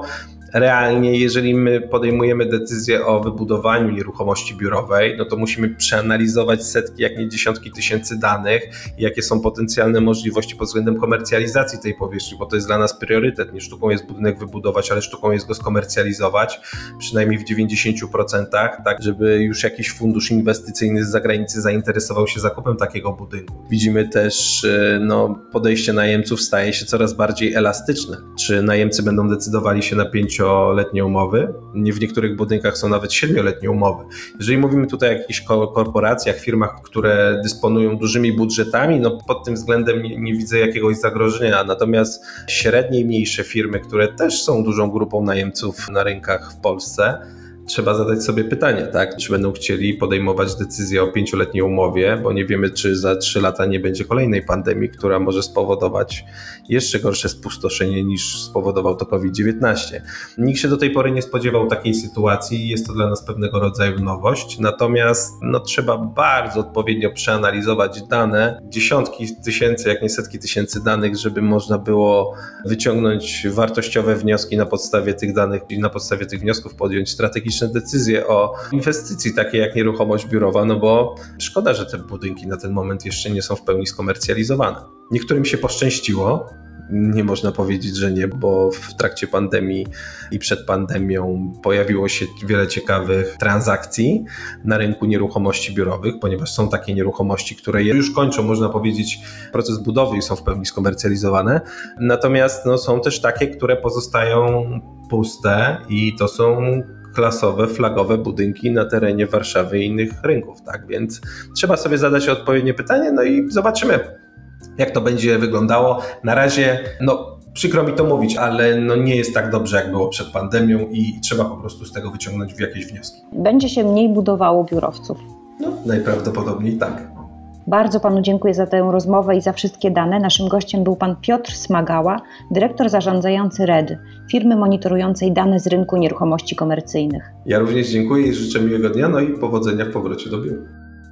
realnie, jeżeli my podejmujemy decyzję o wybudowaniu nieruchomości biurowej, no to musimy przeanalizować setki, jak nie dziesiątki tysięcy danych, jakie są potencjalne możliwości pod względem komercjalizacji tej powierzchni, bo to jest dla nas priorytet. Nie sztuką jest budynek wybudować, ale sztuką jest go skomercjalizować, przynajmniej w dziewięćdziesięciu procentach, tak żeby już jakiś fundusz inwestycyjny z zagranicy zainteresował się zakupem takiego budynku. Widzimy też, no, podejście najemców staje się coraz bardziej elastyczne. Czy najemcy będą decydowali się na pięcioletnie umowy? Nie, w niektórych budynkach są nawet siedmioletnie umowy. Jeżeli mówimy tutaj o jakichś korporacjach, firmach, które dysponują dużymi budżetami, no pod tym względem nie, nie widzę jakiegoś zagrożenia, natomiast średnie i mniejsze firmy, które też są dużą grupą najemców na rynkach w Polsce, trzeba zadać sobie pytanie, tak? Czy będą chcieli podejmować decyzję o pięcioletniej umowie, bo nie wiemy, czy za trzy lata nie będzie kolejnej pandemii, która może spowodować jeszcze gorsze spustoszenie niż spowodował to COVID dziewiętnaście. Nikt się do tej pory nie spodziewał takiej sytuacji i jest to dla nas pewnego rodzaju nowość, natomiast no, trzeba bardzo odpowiednio przeanalizować dane, dziesiątki tysięcy, jak nie setki tysięcy danych, żeby można było wyciągnąć wartościowe wnioski na podstawie tych danych i na podstawie tych wniosków podjąć strategiczne decyzje o inwestycji takiej jak nieruchomość biurowa, no bo szkoda, że te budynki na ten moment jeszcze nie są w pełni skomercjalizowane. Niektórym się poszczęściło, nie można powiedzieć, że nie, bo w trakcie pandemii i przed pandemią pojawiło się wiele ciekawych transakcji na rynku nieruchomości biurowych, ponieważ są takie nieruchomości, które już kończą, można powiedzieć, proces budowy i są w pełni skomercjalizowane. Natomiast no, są też takie, które pozostają puste i to są klasowe, flagowe budynki na terenie Warszawy i innych rynków, tak? Więc trzeba sobie zadać odpowiednie pytanie, no i zobaczymy, jak to będzie wyglądało. Na razie, no przykro mi to mówić, ale no nie jest tak dobrze, jak było przed pandemią i, i trzeba po prostu z tego wyciągnąć jakieś wnioski. Będzie się mniej budowało biurowców. No, najprawdopodobniej tak. Bardzo Panu dziękuję za tę rozmowę i za wszystkie dane. Naszym gościem był Pan Piotr Smagała, dyrektor zarządzający R E D, firmy monitorującej dane z rynku nieruchomości komercyjnych. Ja również dziękuję i życzę miłego dnia, no i powodzenia w powrocie do biura.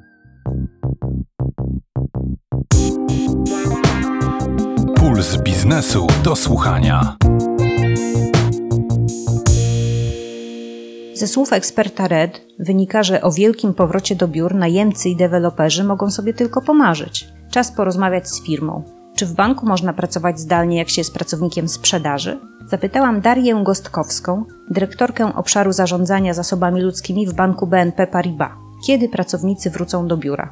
Puls biznesu do słuchania. Ze słów eksperta R E D wynika, że o wielkim powrocie do biur najemcy i deweloperzy mogą sobie tylko pomarzyć. Czas porozmawiać z firmą. Czy w banku można pracować zdalnie, jak się jest pracownikiem sprzedaży? Zapytałam Darię Gostkowską, dyrektorkę obszaru zarządzania zasobami ludzkimi w banku B N P Paribas. Kiedy pracownicy wrócą do biura?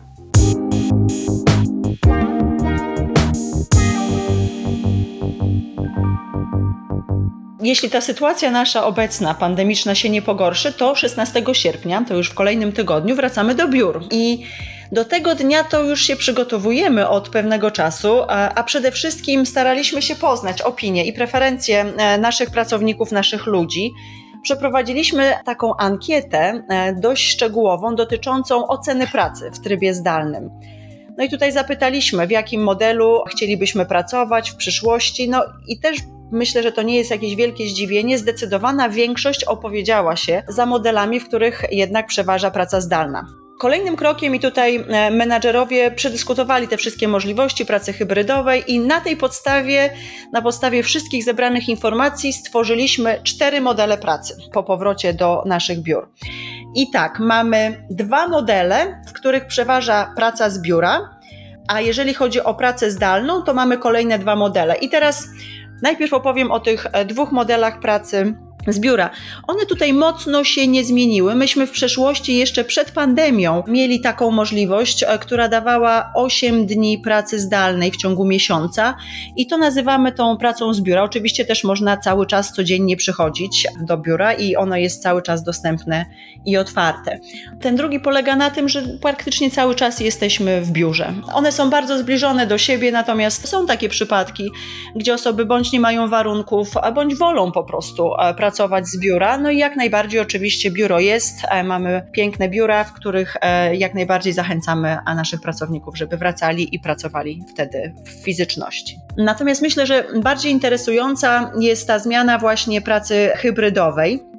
Jeśli ta sytuacja nasza obecna, pandemiczna się nie pogorszy, to szesnastego sierpnia, to już w kolejnym tygodniu, wracamy do biur. I do tego dnia to już się przygotowujemy od pewnego czasu, a przede wszystkim staraliśmy się poznać opinie i preferencje naszych pracowników, naszych ludzi. Przeprowadziliśmy taką ankietę dość szczegółową dotyczącą oceny pracy w trybie zdalnym. No i tutaj zapytaliśmy, w jakim modelu chcielibyśmy pracować w przyszłości, no i też myślę, że to nie jest jakieś wielkie zdziwienie. Zdecydowana większość opowiedziała się za modelami, w których jednak przeważa praca zdalna. Kolejnym krokiem i tutaj menadżerowie przedyskutowali te wszystkie możliwości pracy hybrydowej i na tej podstawie, na podstawie wszystkich zebranych informacji stworzyliśmy cztery modele pracy po powrocie do naszych biur. I tak, mamy dwa modele, w których przeważa praca z biura, a jeżeli chodzi o pracę zdalną, to mamy kolejne dwa modele. I teraz najpierw opowiem o tych dwóch modelach pracy z biura. One tutaj mocno się nie zmieniły. Myśmy w przeszłości, jeszcze przed pandemią, mieli taką możliwość, która dawała osiem dni pracy zdalnej w ciągu miesiąca i to nazywamy tą pracą z biura. Oczywiście też można cały czas codziennie przychodzić do biura i ono jest cały czas dostępne i otwarte. Ten drugi polega na tym, że praktycznie cały czas jesteśmy w biurze. One są bardzo zbliżone do siebie, natomiast są takie przypadki, gdzie osoby bądź nie mają warunków, a bądź wolą po prostu pracować z biura. No i jak najbardziej oczywiście biuro jest. Mamy piękne biura, w których jak najbardziej zachęcamy naszych pracowników, żeby wracali i pracowali wtedy w fizyczności. Natomiast myślę, że bardziej interesująca jest ta zmiana właśnie pracy hybrydowej.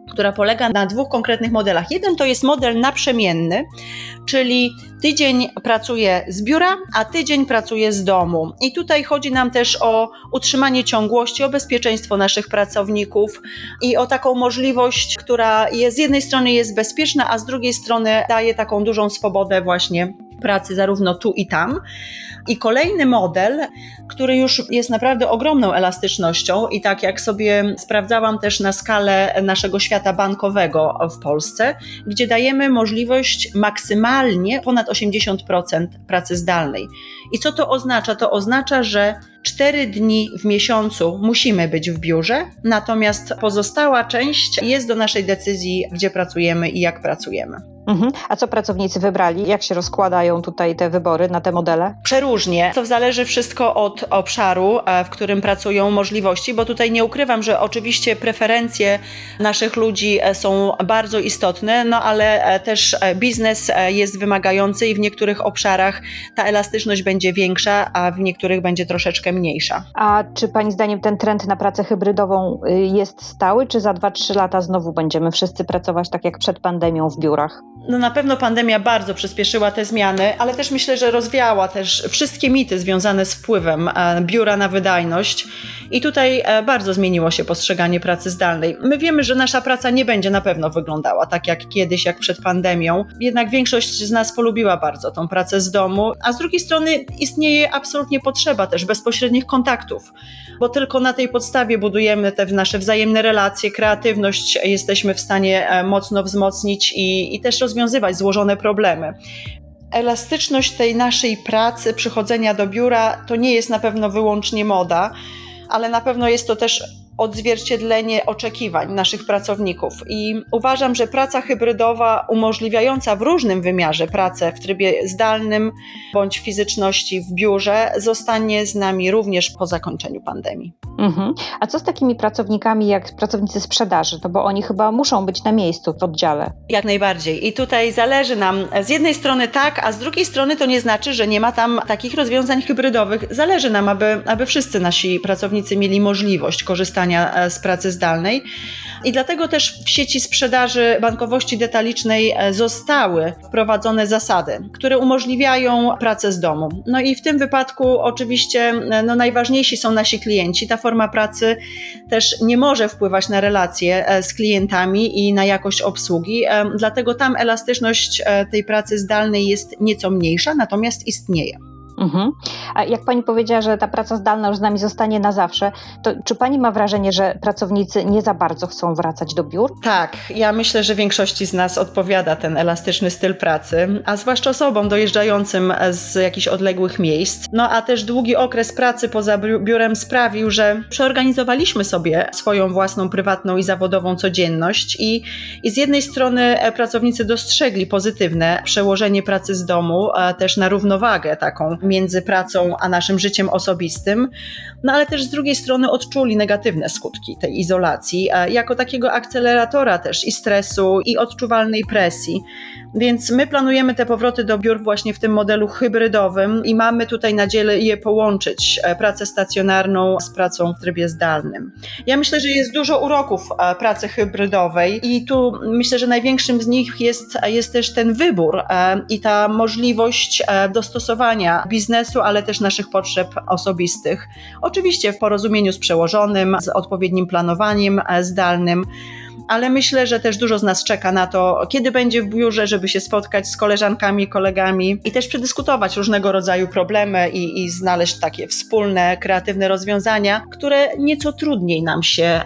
która polega na dwóch konkretnych modelach. Jeden to jest model naprzemienny, czyli tydzień pracuję z biura, a tydzień pracuję z domu. I tutaj chodzi nam też o utrzymanie ciągłości, o bezpieczeństwo naszych pracowników i o taką możliwość, która jest, z jednej strony jest bezpieczna, a z drugiej strony daje taką dużą swobodę właśnie pracy zarówno tu i tam. I kolejny model, który już jest naprawdę ogromną elastycznością i tak jak sobie sprawdzałam też na skalę naszego świata bankowego w Polsce, gdzie dajemy możliwość maksymalnie ponad osiemdziesiąt procent pracy zdalnej. I co to oznacza? To oznacza, że cztery dni w miesiącu musimy być w biurze, natomiast pozostała część jest do naszej decyzji, gdzie pracujemy i jak pracujemy. Mhm. A co pracownicy wybrali? Jak się rozkładają tutaj te wybory na te modele? Przeróżnie. To zależy wszystko od obszaru, w którym pracują, możliwości, bo tutaj nie ukrywam, że oczywiście preferencje naszych ludzi są bardzo istotne, no ale też biznes jest wymagający i w niektórych obszarach ta elastyczność będzie większa, a w niektórych będzie troszeczkę mniejsza. A czy Pani zdaniem ten trend na pracę hybrydową jest stały, czy za dwa trzy lata znowu będziemy wszyscy pracować tak jak przed pandemią w biurach? No na pewno pandemia bardzo przyspieszyła te zmiany, ale też myślę, że rozwiała też wszystkie mity związane z wpływem biura na wydajność i tutaj bardzo zmieniło się postrzeganie pracy zdalnej. My wiemy, że nasza praca nie będzie na pewno wyglądała tak jak kiedyś, jak przed pandemią, jednak większość z nas polubiła bardzo tą pracę z domu, a z drugiej strony istnieje absolutnie potrzeba też bezpośrednich kontaktów, bo tylko na tej podstawie budujemy te nasze wzajemne relacje, kreatywność jesteśmy w stanie mocno wzmocnić i, i też rozwiązywać złożone problemy. Elastyczność tej naszej pracy, przychodzenia do biura, to nie jest na pewno wyłącznie moda, ale na pewno jest to też odzwierciedlenie oczekiwań naszych pracowników i uważam, że praca hybrydowa umożliwiająca w różnym wymiarze pracę w trybie zdalnym bądź fizyczności w biurze zostanie z nami również po zakończeniu pandemii. Mhm. A co z takimi pracownikami jak pracownicy sprzedaży? To bo oni chyba muszą być na miejscu w oddziale. Jak najbardziej. I tutaj zależy nam z jednej strony tak, a z drugiej strony to nie znaczy, że nie ma tam takich rozwiązań hybrydowych. Zależy nam, aby, aby wszyscy nasi pracownicy mieli możliwość korzystania z pracy zdalnej. I dlatego też w sieci sprzedaży bankowości detalicznej zostały wprowadzone zasady, które umożliwiają pracę z domu. No i w tym wypadku oczywiście no, najważniejsi są nasi klienci. Ta forma pracy też nie może wpływać na relacje z klientami i na jakość obsługi, dlatego tam elastyczność tej pracy zdalnej jest nieco mniejsza, natomiast istnieje. Mhm. A jak Pani powiedziała, że ta praca zdalna już z nami zostanie na zawsze, to czy Pani ma wrażenie, że pracownicy nie za bardzo chcą wracać do biur? Tak, ja myślę, że większości z nas odpowiada ten elastyczny styl pracy, a zwłaszcza osobom dojeżdżającym z jakichś odległych miejsc. No a też długi okres pracy poza biurem sprawił, że przeorganizowaliśmy sobie swoją własną prywatną i zawodową codzienność i, i z jednej strony pracownicy dostrzegli pozytywne przełożenie pracy z domu też na równowagę taką między pracą a naszym życiem osobistym, no ale też z drugiej strony odczuli negatywne skutki tej izolacji, jako takiego akceleratora też i stresu, i odczuwalnej presji. Więc my planujemy te powroty do biur właśnie w tym modelu hybrydowym i mamy tutaj nadzieję połączyć pracę stacjonarną z pracą w trybie zdalnym. Ja myślę, że jest dużo uroków pracy hybrydowej i tu myślę, że największym z nich jest, jest też ten wybór i ta możliwość dostosowania biznesu, ale też naszych potrzeb osobistych. Oczywiście w porozumieniu z przełożonym, z odpowiednim planowaniem zdalnym, ale myślę, że też dużo z nas czeka na to, kiedy będzie w biurze, żeby się spotkać z koleżankami, kolegami i też przedyskutować różnego rodzaju problemy i, i znaleźć takie wspólne, kreatywne rozwiązania, które nieco trudniej nam się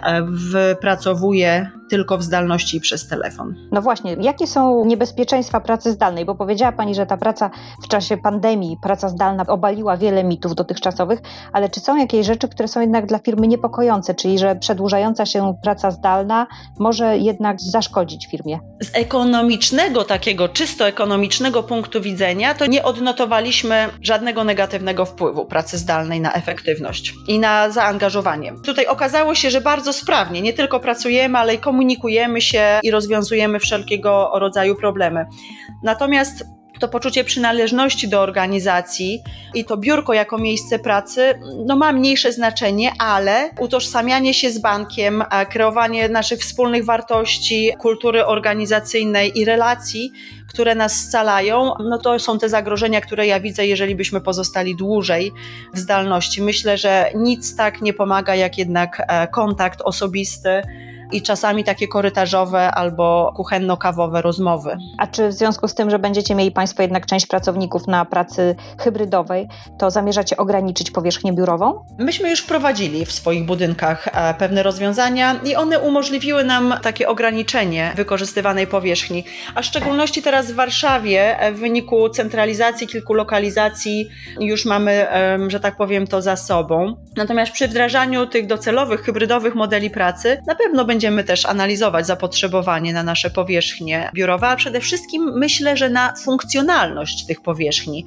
wypracowuje tylko w zdalności i przez telefon. No właśnie, jakie są niebezpieczeństwa pracy zdalnej? Bo powiedziała Pani, że ta praca w czasie pandemii, praca zdalna obaliła wiele mitów dotychczasowych, ale czy są jakieś rzeczy, które są jednak dla firmy niepokojące, czyli że przedłużająca się praca zdalna może jednak zaszkodzić firmie? Z ekonomicznego, takiego czysto ekonomicznego punktu widzenia, to nie odnotowaliśmy żadnego negatywnego wpływu pracy zdalnej na efektywność i na zaangażowanie. Tutaj okazało się, że bardzo sprawnie, nie tylko pracujemy, ale i komunikujemy się i rozwiązujemy wszelkiego rodzaju problemy. Natomiast to poczucie przynależności do organizacji i to biurko jako miejsce pracy no, ma mniejsze znaczenie, ale utożsamianie się z bankiem, kreowanie naszych wspólnych wartości, kultury organizacyjnej i relacji, które nas scalają, no to są te zagrożenia, które ja widzę, jeżeli byśmy pozostali dłużej w zdalności. Myślę, że nic tak nie pomaga, jak jednak kontakt osobisty i czasami takie korytarzowe albo kuchenno-kawowe rozmowy. A czy w związku z tym, że będziecie mieli Państwo jednak część pracowników na pracy hybrydowej, to zamierzacie ograniczyć powierzchnię biurową? Myśmy już wprowadzili w swoich budynkach pewne rozwiązania i one umożliwiły nam takie ograniczenie wykorzystywanej powierzchni. A w szczególności teraz w Warszawie w wyniku centralizacji kilku lokalizacji już mamy, że tak powiem, to za sobą. Natomiast przy wdrażaniu tych docelowych, hybrydowych modeli pracy na pewno będzie Będziemy też analizować zapotrzebowanie na nasze powierzchnie biurowe, a przede wszystkim myślę, że na funkcjonalność tych powierzchni,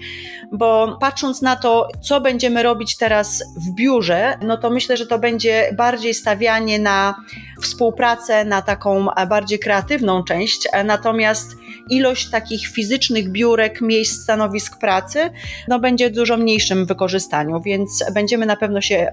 bo patrząc na to, co będziemy robić teraz w biurze, no to myślę, że to będzie bardziej stawianie na współpracę, na taką bardziej kreatywną część, natomiast ilość takich fizycznych biurek, miejsc, stanowisk pracy, no będzie w dużo mniejszym wykorzystaniu, więc będziemy na pewno się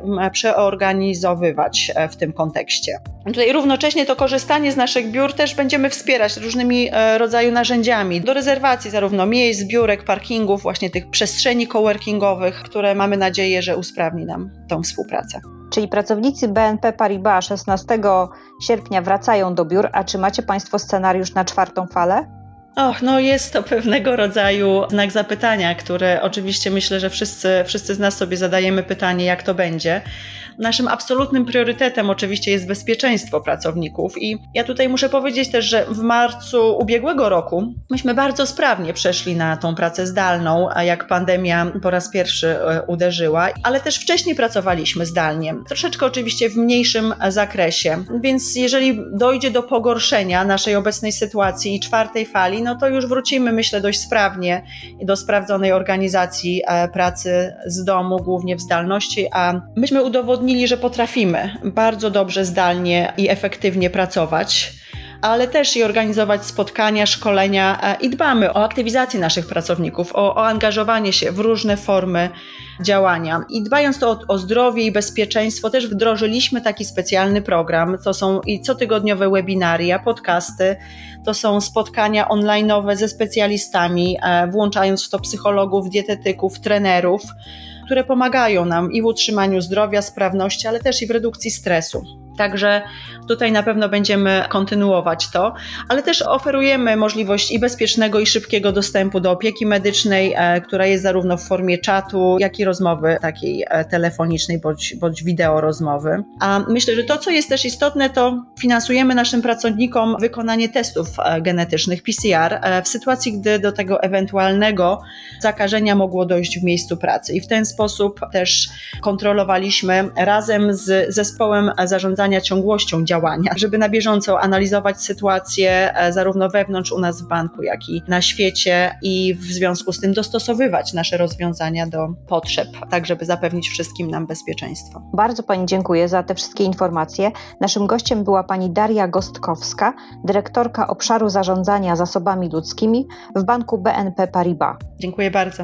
przeorganizowywać w tym kontekście. Tutaj równocześnie to korzystanie z naszych biur też będziemy wspierać różnymi e, rodzaju narzędziami do rezerwacji zarówno miejsc, biurek, parkingów, właśnie tych przestrzeni coworkingowych, które mamy nadzieję, że usprawni nam tą współpracę. Czyli pracownicy B N P Paribas szesnastego sierpnia wracają do biur, a czy macie Państwo scenariusz na czwartą falę? Och, no jest to pewnego rodzaju znak zapytania, które oczywiście myślę, że wszyscy, wszyscy z nas sobie zadajemy pytanie, jak to będzie. Naszym absolutnym priorytetem oczywiście jest bezpieczeństwo pracowników i ja tutaj muszę powiedzieć też, że w marcu ubiegłego roku myśmy bardzo sprawnie przeszli na tą pracę zdalną, a jak pandemia po raz pierwszy uderzyła, ale też wcześniej pracowaliśmy zdalnie, troszeczkę oczywiście w mniejszym zakresie, więc jeżeli dojdzie do pogorszenia naszej obecnej sytuacji i czwartej fali, no to już wrócimy, myślę, dość sprawnie do sprawdzonej organizacji pracy z domu, głównie w zdalności, a myśmy udowodnili, że potrafimy bardzo dobrze zdalnie i efektywnie pracować, ale też i organizować spotkania, szkolenia i dbamy o aktywizację naszych pracowników, o, o angażowanie się w różne formy działania. I dbając to o, o zdrowie i bezpieczeństwo, też wdrożyliśmy taki specjalny program. To są i cotygodniowe webinaria, podcasty, to są spotkania online'owe ze specjalistami, włączając w to psychologów, dietetyków, trenerów, które pomagają nam i w utrzymaniu zdrowia, sprawności, ale też i w redukcji stresu. Także tutaj na pewno będziemy kontynuować to, ale też oferujemy możliwość i bezpiecznego i szybkiego dostępu do opieki medycznej, e, która jest zarówno w formie czatu, jak i rozmowy takiej e, telefonicznej bądź, bądź wideo rozmowy. A myślę, że to, co jest też istotne, to finansujemy naszym pracownikom wykonanie testów e, genetycznych P C R e, w sytuacji, gdy do tego ewentualnego zakażenia mogło dojść w miejscu pracy. I w ten sposób też kontrolowaliśmy razem z zespołem zarządzania ciągłością działania, żeby na bieżąco analizować sytuację zarówno wewnątrz u nas w banku, jak i na świecie i w związku z tym dostosowywać nasze rozwiązania do potrzeb, tak żeby zapewnić wszystkim nam bezpieczeństwo. Bardzo Pani dziękuję za te wszystkie informacje. Naszym gościem była Pani Daria Gostkowska, dyrektorka obszaru zarządzania zasobami ludzkimi w banku B N P Paribas. Dziękuję bardzo.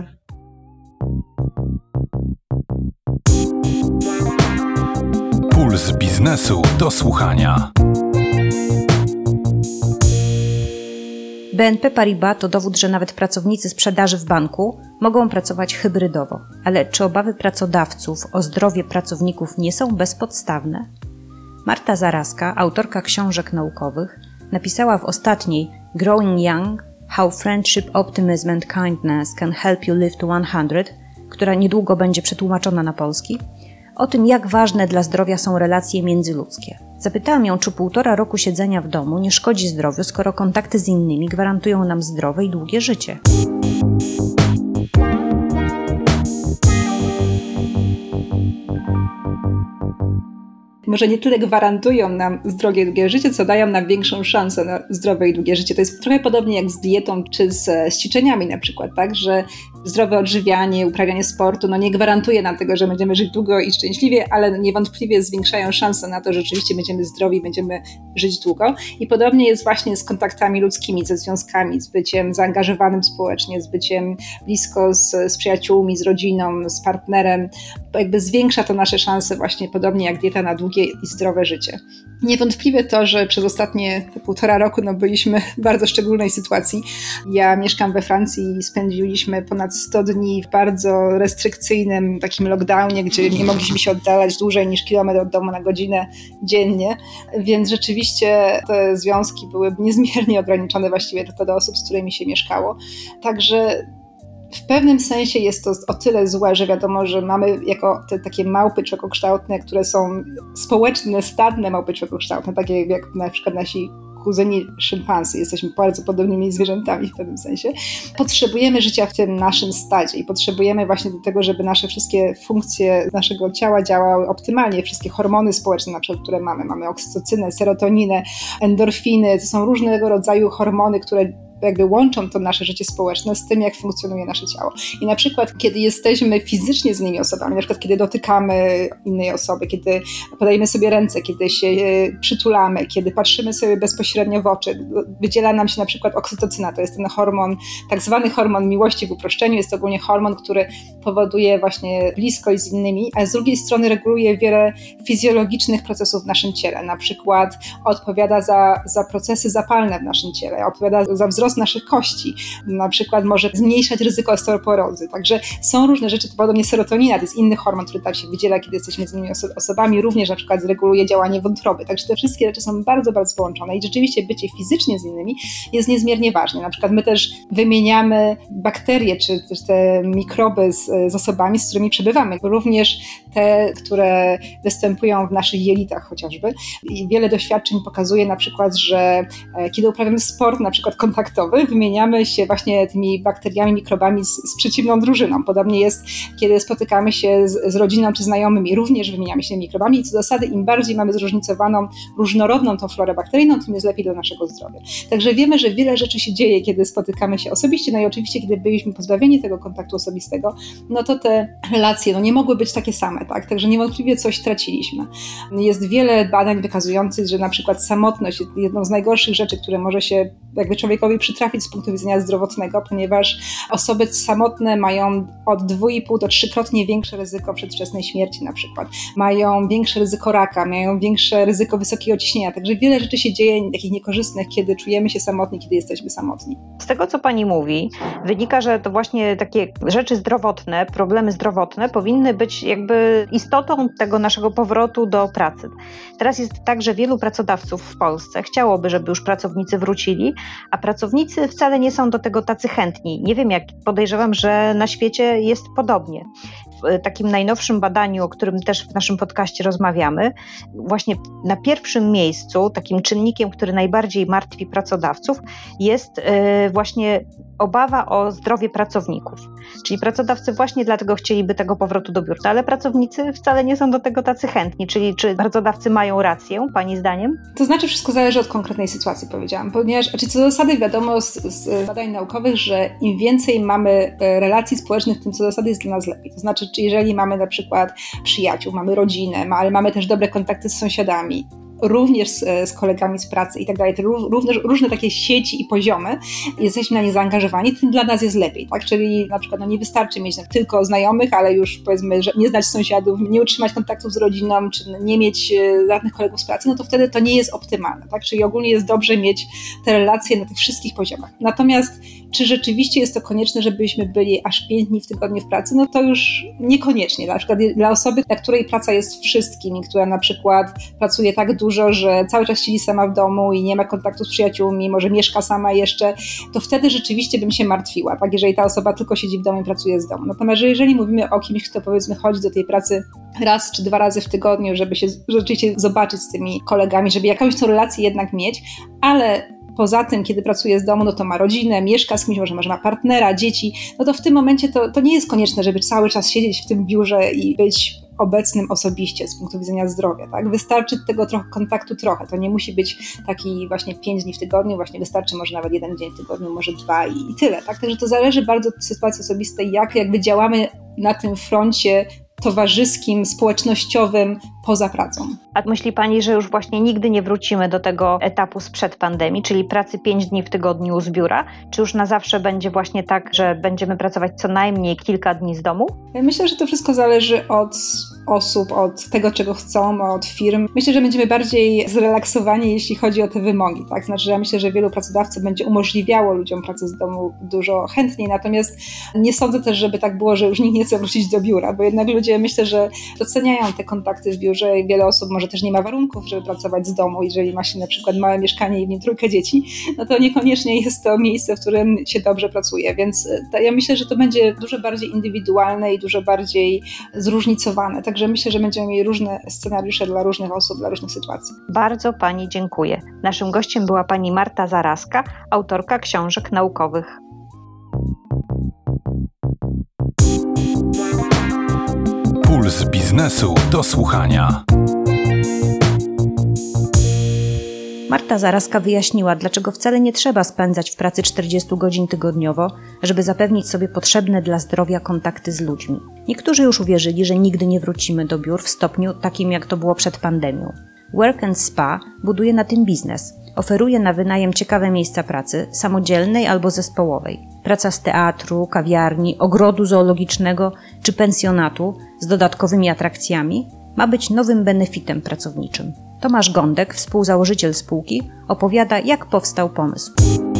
Puls biznesu do słuchania. B N P Paribas to dowód, że nawet pracownicy sprzedaży w banku mogą pracować hybrydowo. Ale czy obawy pracodawców o zdrowie pracowników nie są bezpodstawne? Marta Zaraska, autorka książek naukowych, napisała w ostatniej Growing Young – How Friendship, Optimism and Kindness Can Help You Live to sto, która niedługo będzie przetłumaczona na polski, o tym, jak ważne dla zdrowia są relacje międzyludzkie. Zapytałam ją, czy półtora roku siedzenia w domu nie szkodzi zdrowiu, skoro kontakty z innymi gwarantują nam zdrowe i długie życie. Może nie tyle gwarantują nam zdrowie i długie życie, co dają nam większą szansę na zdrowe i długie życie. To jest trochę podobnie jak z dietą czy z, z ćwiczeniami na przykład, tak, że zdrowe odżywianie, uprawianie sportu, no nie gwarantuje nam tego, że będziemy żyć długo i szczęśliwie, ale niewątpliwie zwiększają szanse na to, że rzeczywiście będziemy zdrowi, będziemy żyć długo. I podobnie jest właśnie z kontaktami ludzkimi, ze związkami, z byciem zaangażowanym społecznie, z byciem blisko z, z przyjaciółmi, z rodziną, z partnerem. Jakby zwiększa to nasze szanse właśnie podobnie jak dieta na długie i zdrowe życie. Niewątpliwie to, że przez ostatnie półtora roku no, byliśmy w bardzo szczególnej sytuacji. Ja mieszkam we Francji i spędziliśmy ponad sto dni w bardzo restrykcyjnym takim lockdownie, gdzie nie mogliśmy się oddalać dłużej niż kilometr od domu na godzinę dziennie, więc rzeczywiście te związki były niezmiernie ograniczone właściwie tylko do osób, z którymi się mieszkało. Także w pewnym sensie jest to o tyle złe, że wiadomo, że mamy jako te takie małpy człowiekokształtne, które są społeczne, stadne małpy człowiekokształtne, takie jak na przykład nasi kuzyni szympansy, jesteśmy bardzo podobnymi zwierzętami w pewnym sensie. Potrzebujemy życia w tym naszym stadzie i potrzebujemy właśnie do tego, żeby nasze wszystkie funkcje naszego ciała działały optymalnie, wszystkie hormony społeczne, na przykład, które mamy. Mamy oksytocynę, serotoninę, endorfiny, to są różnego rodzaju hormony, które jakby łączą to nasze życie społeczne z tym, jak funkcjonuje nasze ciało. I na przykład, kiedy jesteśmy fizycznie z innymi osobami, na przykład kiedy dotykamy innej osoby, kiedy podajemy sobie ręce, kiedy się przytulamy, kiedy patrzymy sobie bezpośrednio w oczy, wydziela nam się na przykład oksytocyna, to jest ten hormon, tak zwany hormon miłości w uproszczeniu, jest to ogólnie hormon, który powoduje właśnie bliskość z innymi, a z drugiej strony reguluje wiele fizjologicznych procesów w naszym ciele, na przykład odpowiada za, za procesy zapalne w naszym ciele, odpowiada za wzrost naszych kości, na przykład może zmniejszać ryzyko osteoporozy. Także są różne rzeczy, to podobnie serotonina, to jest inny hormon, który tak się wydziela, kiedy jesteśmy z innymi oso- osobami, również na przykład reguluje działanie wątroby. Także te wszystkie rzeczy są bardzo, bardzo połączone i rzeczywiście bycie fizycznie z innymi jest niezmiernie ważne. Na przykład my też wymieniamy bakterie, czy też te mikroby z, z osobami, z którymi przebywamy. Również te, które występują w naszych jelitach chociażby. I wiele doświadczeń pokazuje na przykład, że kiedy uprawiamy sport, na przykład kontaktowy, wymieniamy się właśnie tymi bakteriami, mikrobami z, z przeciwną drużyną. Podobnie jest, kiedy spotykamy się z, z rodziną czy znajomymi, również wymieniamy się tymi mikrobami i co do zasady im bardziej mamy zróżnicowaną, różnorodną tą florę bakteryjną, tym jest lepiej dla naszego zdrowia. Także wiemy, że wiele rzeczy się dzieje, kiedy spotykamy się osobiście, no i oczywiście, kiedy byliśmy pozbawieni tego kontaktu osobistego, no to te relacje no nie mogły być takie same, tak? Także niewątpliwie coś traciliśmy. Jest wiele badań wykazujących, że na przykład samotność jest jedną z najgorszych rzeczy, które może się jakby człowiekowi przytrafić z punktu widzenia zdrowotnego, ponieważ osoby samotne mają od dwa i pół do trzykrotnie większe ryzyko przedwczesnej śmierci na przykład. Mają większe ryzyko raka, mają większe ryzyko wysokiego ciśnienia. Także wiele rzeczy się dzieje takich niekorzystnych, kiedy czujemy się samotni, kiedy jesteśmy samotni. Z tego, co pani mówi, wynika, że to właśnie takie rzeczy zdrowotne, problemy zdrowotne powinny być jakby istotą tego naszego powrotu do pracy. Teraz jest tak, że wielu pracodawców w Polsce chciałoby, żeby już pracownicy wrócili, a pracownicy wcale nie są do tego tacy chętni. Nie wiem jak, podejrzewam, że na świecie jest podobnie. W takim najnowszym badaniu, o którym też w naszym podcaście rozmawiamy, właśnie na pierwszym miejscu, takim czynnikiem, który najbardziej martwi pracodawców, jest yy, właśnie obawa o zdrowie pracowników. Czyli pracodawcy właśnie dlatego chcieliby tego powrotu do biur, ale pracownicy wcale nie są do tego tacy chętni. Czyli czy pracodawcy mają rację, pani zdaniem? To znaczy wszystko zależy od konkretnej sytuacji, powiedziałam. Ponieważ, znaczy co do zasady wiadomo z, z badań naukowych, że im więcej mamy relacji społecznych, tym co do zasady jest dla nas lepiej. To znaczy, czy jeżeli mamy na przykład przyjaciół, mamy rodzinę, ale mamy też dobre kontakty z sąsiadami, również z, z kolegami z pracy i tak dalej, różne, różne takie sieci i poziomy, jesteśmy na nie zaangażowani, tym dla nas jest lepiej, tak? Czyli na przykład no nie wystarczy mieć tylko znajomych, ale już powiedzmy, że nie znać sąsiadów, nie utrzymać kontaktów z rodziną, czy nie mieć żadnych kolegów z pracy, no to wtedy to nie jest optymalne, tak? Czyli ogólnie jest dobrze mieć te relacje na tych wszystkich poziomach. Natomiast czy rzeczywiście jest to konieczne, żebyśmy byli aż pięć dni w tygodniu w pracy? No to już niekoniecznie. Na przykład dla osoby, dla której praca jest wszystkim i która na przykład pracuje tak dużo, że cały czas siedzi sama w domu i nie ma kontaktu z przyjaciółmi, może mieszka sama jeszcze, to wtedy rzeczywiście bym się martwiła, tak? Jeżeli ta osoba tylko siedzi w domu i pracuje z domu. Natomiast jeżeli mówimy o kimś, kto powiedzmy chodzi do tej pracy raz czy dwa razy w tygodniu, żeby się rzeczywiście zobaczyć z tymi kolegami, żeby jakąś tą relację jednak mieć, ale poza tym, kiedy pracuje z domu, no to ma rodzinę, mieszka z kimś, może, może ma partnera, dzieci, no to w tym momencie to, to nie jest konieczne, żeby cały czas siedzieć w tym biurze i być obecnym osobiście z punktu widzenia zdrowia. Tak? Wystarczy tego trochę, kontaktu trochę. To nie musi być taki właśnie pięć dni w tygodniu, właśnie wystarczy może nawet jeden dzień w tygodniu, może dwa i, i tyle. Tak? Także to zależy bardzo od sytuacji osobistej, jak jakby działamy na tym froncie towarzyskim, społecznościowym poza pracą. A myśli Pani, że już właśnie nigdy nie wrócimy do tego etapu sprzed pandemii, czyli pracy pięć dni w tygodniu z biura? Czy już na zawsze będzie właśnie tak, że będziemy pracować co najmniej kilka dni z domu? Ja myślę, że to wszystko zależy od osób, od tego, czego chcą, od firm. Myślę, że będziemy bardziej zrelaksowani, jeśli chodzi o te wymogi. Tak? Znaczy, ja myślę, że wielu pracodawców będzie umożliwiało ludziom pracę z domu dużo chętniej, natomiast nie sądzę też, żeby tak było, że już nikt nie chce wrócić do biura, bo jednak ludzie, myślę, że doceniają te kontakty w biurze i wiele osób może też nie ma warunków, żeby pracować z domu. Jeżeli ma się na przykład małe mieszkanie i w nim trójkę dzieci, no to niekoniecznie jest to miejsce, w którym się dobrze pracuje, więc to, ja myślę, że to będzie dużo bardziej indywidualne i dużo bardziej zróżnicowane. Także myślę, że będziemy mieli różne scenariusze dla różnych osób, dla różnych sytuacji. Bardzo Pani dziękuję. Naszym gościem była Pani Marta Zaraska, autorka książek naukowych. Puls biznesu do słuchania. Marta Zaraska wyjaśniła, dlaczego wcale nie trzeba spędzać w pracy czterdzieści godzin tygodniowo, żeby zapewnić sobie potrzebne dla zdrowia kontakty z ludźmi. Niektórzy już uwierzyli, że nigdy nie wrócimy do biur w stopniu takim, jak to było przed pandemią. Work and Spa buduje na tym biznes. Oferuje na wynajem ciekawe miejsca pracy, samodzielnej albo zespołowej. Praca z teatru, kawiarni, ogrodu zoologicznego czy pensjonatu z dodatkowymi atrakcjami ma być nowym benefitem pracowniczym. Tomasz Gądek, współzałożyciel spółki, opowiada, jak powstał pomysł.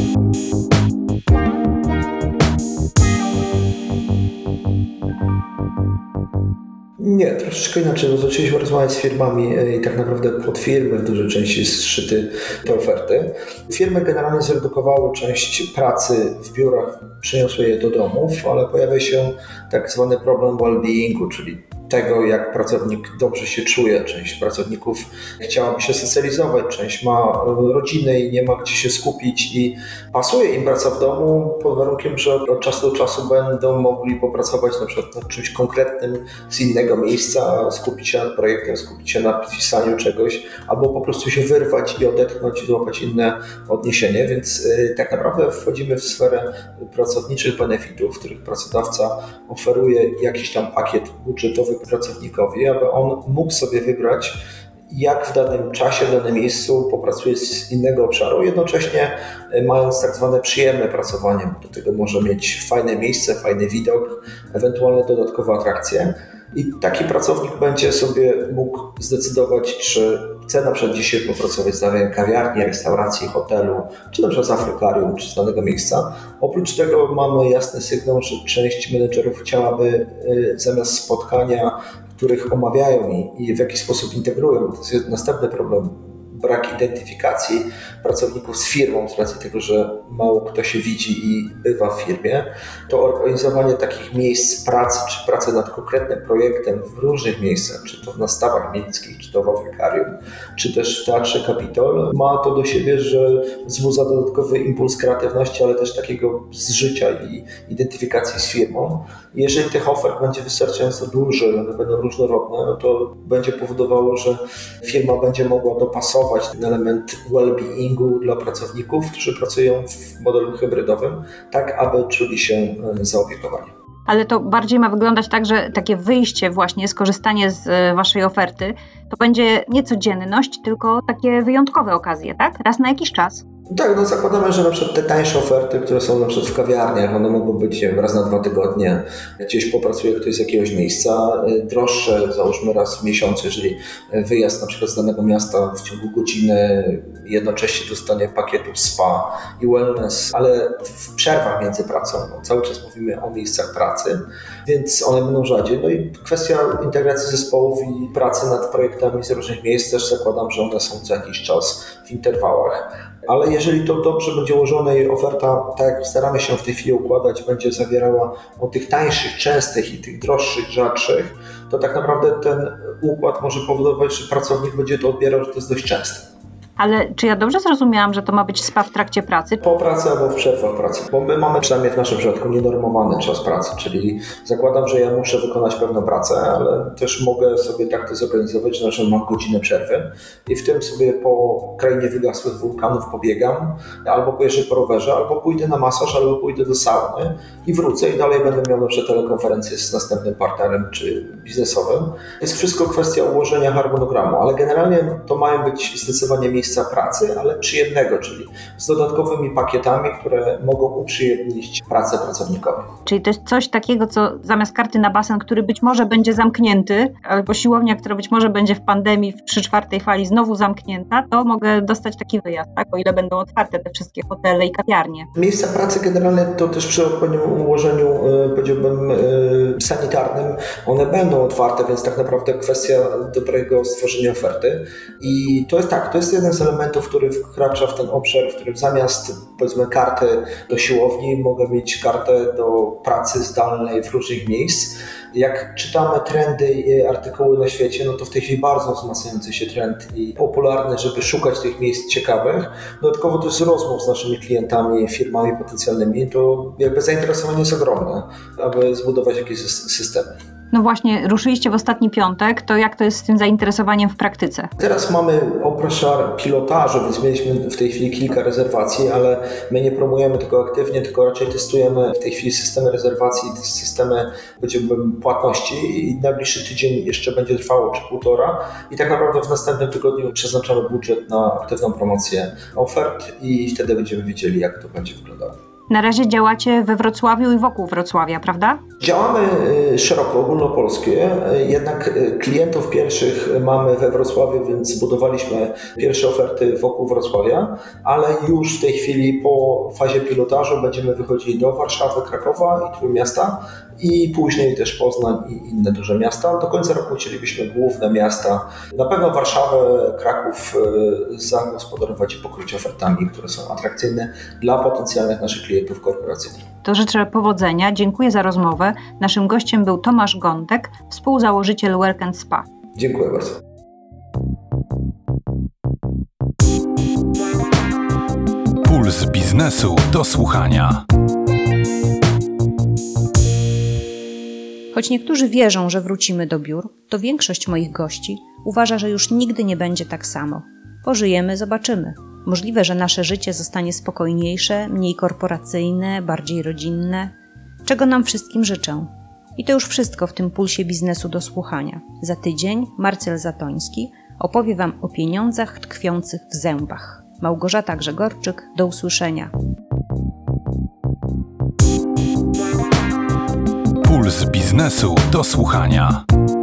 Nie, troszeczkę inaczej, bo zaczęliśmy rozmawiać z firmami i tak naprawdę pod firmy w dużej części zszyty te oferty. Firmy generalnie zredukowały część pracy w biurach, przeniosły je do domów, ale pojawia się tak zwany problem well-beingu, czyli tego, jak pracownik dobrze się czuje. Część pracowników chciałaby się socjalizować, część ma rodziny i nie ma gdzie się skupić i pasuje im praca w domu pod warunkiem, że od czasu do czasu będą mogli popracować na przykład nad czymś konkretnym z innego miejsca, skupić się nad projektem, skupić się na pisaniu czegoś, albo po prostu się wyrwać i odetchnąć i złapać inne odniesienie, więc yy, tak naprawdę wchodzimy w sferę pracowniczych benefitów, w których pracodawca oferuje jakiś tam pakiet budżetowy pracownikowi, aby on mógł sobie wybrać, jak w danym czasie, w danym miejscu popracuje z innego obszaru, jednocześnie mając tak zwane przyjemne pracowanie. Do tego może mieć fajne miejsce, fajny widok, ewentualne dodatkowe atrakcje. I taki pracownik będzie sobie mógł zdecydować, czy chce na przykład dzisiaj popracować z danej kawiarni, restauracji, hotelu, czy na przykład z Afrykarium, czy z danego miejsca. Oprócz tego mamy jasny sygnał, że część menedżerów chciałaby zamiast spotkania, których omawiają i, i w jakiś sposób integrują, bo to jest następny problem, brak identyfikacji pracowników z firmą z racji tego, że mało kto się widzi i bywa w firmie, to organizowanie takich miejsc pracy, czy pracy nad konkretnym projektem w różnych miejscach, czy to w nastawach miejskich, czy to w Afrykarium, czy też w Teatrze Kapitol, ma to do siebie, że wzbudza dodatkowy impuls kreatywności, ale też takiego zżycia i identyfikacji z firmą. Jeżeli tych ofert będzie wystarczająco dużo, one będą różnorodne, no to będzie powodowało, że firma będzie mogła dopasować ten element well-beingu dla pracowników, którzy pracują w modelu hybrydowym, tak aby czuli się zaopiekowani. Ale to bardziej ma wyglądać tak, że takie wyjście właśnie, skorzystanie z Waszej oferty, to będzie nie codzienność, tylko takie wyjątkowe okazje, tak? Raz na jakiś czas. Tak, no zakładamy, że na przykład te tańsze oferty, które są na przykład w kawiarniach, one mogą być nie wiem, raz na dwa tygodnie, gdzieś popracuje ktoś z jakiegoś miejsca, droższe załóżmy raz w miesiącu, jeżeli wyjazd na przykład z danego miasta w ciągu godziny jednocześnie dostanie pakietu spa i wellness, ale w przerwach między pracą, no, cały czas mówimy o miejscach pracy, więc one będą rzadziej. No i kwestia integracji zespołów i pracy nad projektami z różnych miejsc też zakładam, że one są co jakiś czas w interwałach. Ale jeżeli to dobrze będzie ułożone i oferta, tak jak staramy się w tej chwili układać, będzie zawierała o tych tańszych, częstych i tych droższych, rzadszych, to tak naprawdę ten układ może powodować, że pracownik będzie to odbierał, że to jest dość częste. Ale czy ja dobrze zrozumiałam, że to ma być spa w trakcie pracy? Po pracy albo w przerwach pracy, bo my mamy przynajmniej w naszym przypadku nienormowany czas pracy, czyli zakładam, że ja muszę wykonać pewną pracę, ale też mogę sobie tak to zorganizować, że na przykład mam godzinę przerwy i w tym sobie po krainie wygasłych wulkanów pobiegam, albo pojeżdżę po rowerze, albo pójdę na masaż, albo pójdę do sauny i wrócę i dalej będę miał na przykład telekonferencję z następnym partnerem czy biznesowym. To jest wszystko kwestia ułożenia harmonogramu, ale generalnie to mają być zdecydowanie miejsca pracy, ale przyjemnego, czyli z dodatkowymi pakietami, które mogą uprzyjemnić pracę pracownikowi. Czyli to jest coś takiego, co zamiast karty na basen, który być może będzie zamknięty, albo siłownia, która być może będzie w pandemii w trzy czwartej fali znowu zamknięta, to mogę dostać taki wyjazd, tak? O ile będą otwarte te wszystkie hotele i kawiarnie. Miejsca pracy generalnie to też przy odpowiednim ułożeniu, powiedziałbym, sanitarnym, one będą otwarte, więc tak naprawdę kwestia dobrego stworzenia oferty. I to jest tak, to jest jeden z elementów, który wkracza w ten obszar, w którym zamiast, powiedzmy, karty do siłowni mogę mieć kartę do pracy zdalnej w różnych miejsc. Jak czytamy trendy i artykuły na świecie, no to w tej chwili bardzo wzmacniający się trend i popularny, żeby szukać tych miejsc ciekawych. Dodatkowo też z rozmów z naszymi klientami, firmami potencjalnymi, to jakby zainteresowanie jest ogromne, aby zbudować jakieś systemy. No właśnie, ruszyliście w ostatni piątek, to jak to jest z tym zainteresowaniem w praktyce? Teraz mamy obszar pilotażu, więc mieliśmy w tej chwili kilka rezerwacji, ale my nie promujemy tego aktywnie, tylko raczej testujemy w tej chwili systemy rezerwacji, systemy, powiedziałbym, płatności i najbliższy tydzień jeszcze będzie trwało, czy półtora i tak naprawdę w następnym tygodniu przeznaczamy budżet na aktywną promocję ofert i wtedy będziemy wiedzieli, jak to będzie wyglądało. Na razie działacie we Wrocławiu i wokół Wrocławia, prawda? Działamy szeroko, ogólnopolskie, jednak klientów pierwszych mamy we Wrocławiu, więc zbudowaliśmy pierwsze oferty wokół Wrocławia, ale już w tej chwili po fazie pilotażu będziemy wychodzili do Warszawy, Krakowa i Trójmiasta i później też Poznań i inne duże miasta. Do końca roku chcielibyśmy główne miasta, na pewno Warszawę, Kraków zagospodarować i pokryć ofertami, które są atrakcyjne dla potencjalnych naszych klientów korporacyjnych. To życzę powodzenia, dziękuję za rozmowę. Naszym gościem był Tomasz Gądek, współzałożyciel Work and Spa. Dziękuję bardzo. Puls biznesu do słuchania. Choć niektórzy wierzą, że wrócimy do biur, to większość moich gości uważa, że już nigdy nie będzie tak samo. Pożyjemy, zobaczymy. Możliwe, że nasze życie zostanie spokojniejsze, mniej korporacyjne, bardziej rodzinne, czego nam wszystkim życzę. I to już wszystko w tym pulsie biznesu do słuchania. Za tydzień Marcel Zatoński opowie Wam o pieniądzach tkwiących w zębach. Małgorzata Grzegorczyk, do usłyszenia. Puls biznesu do słuchania.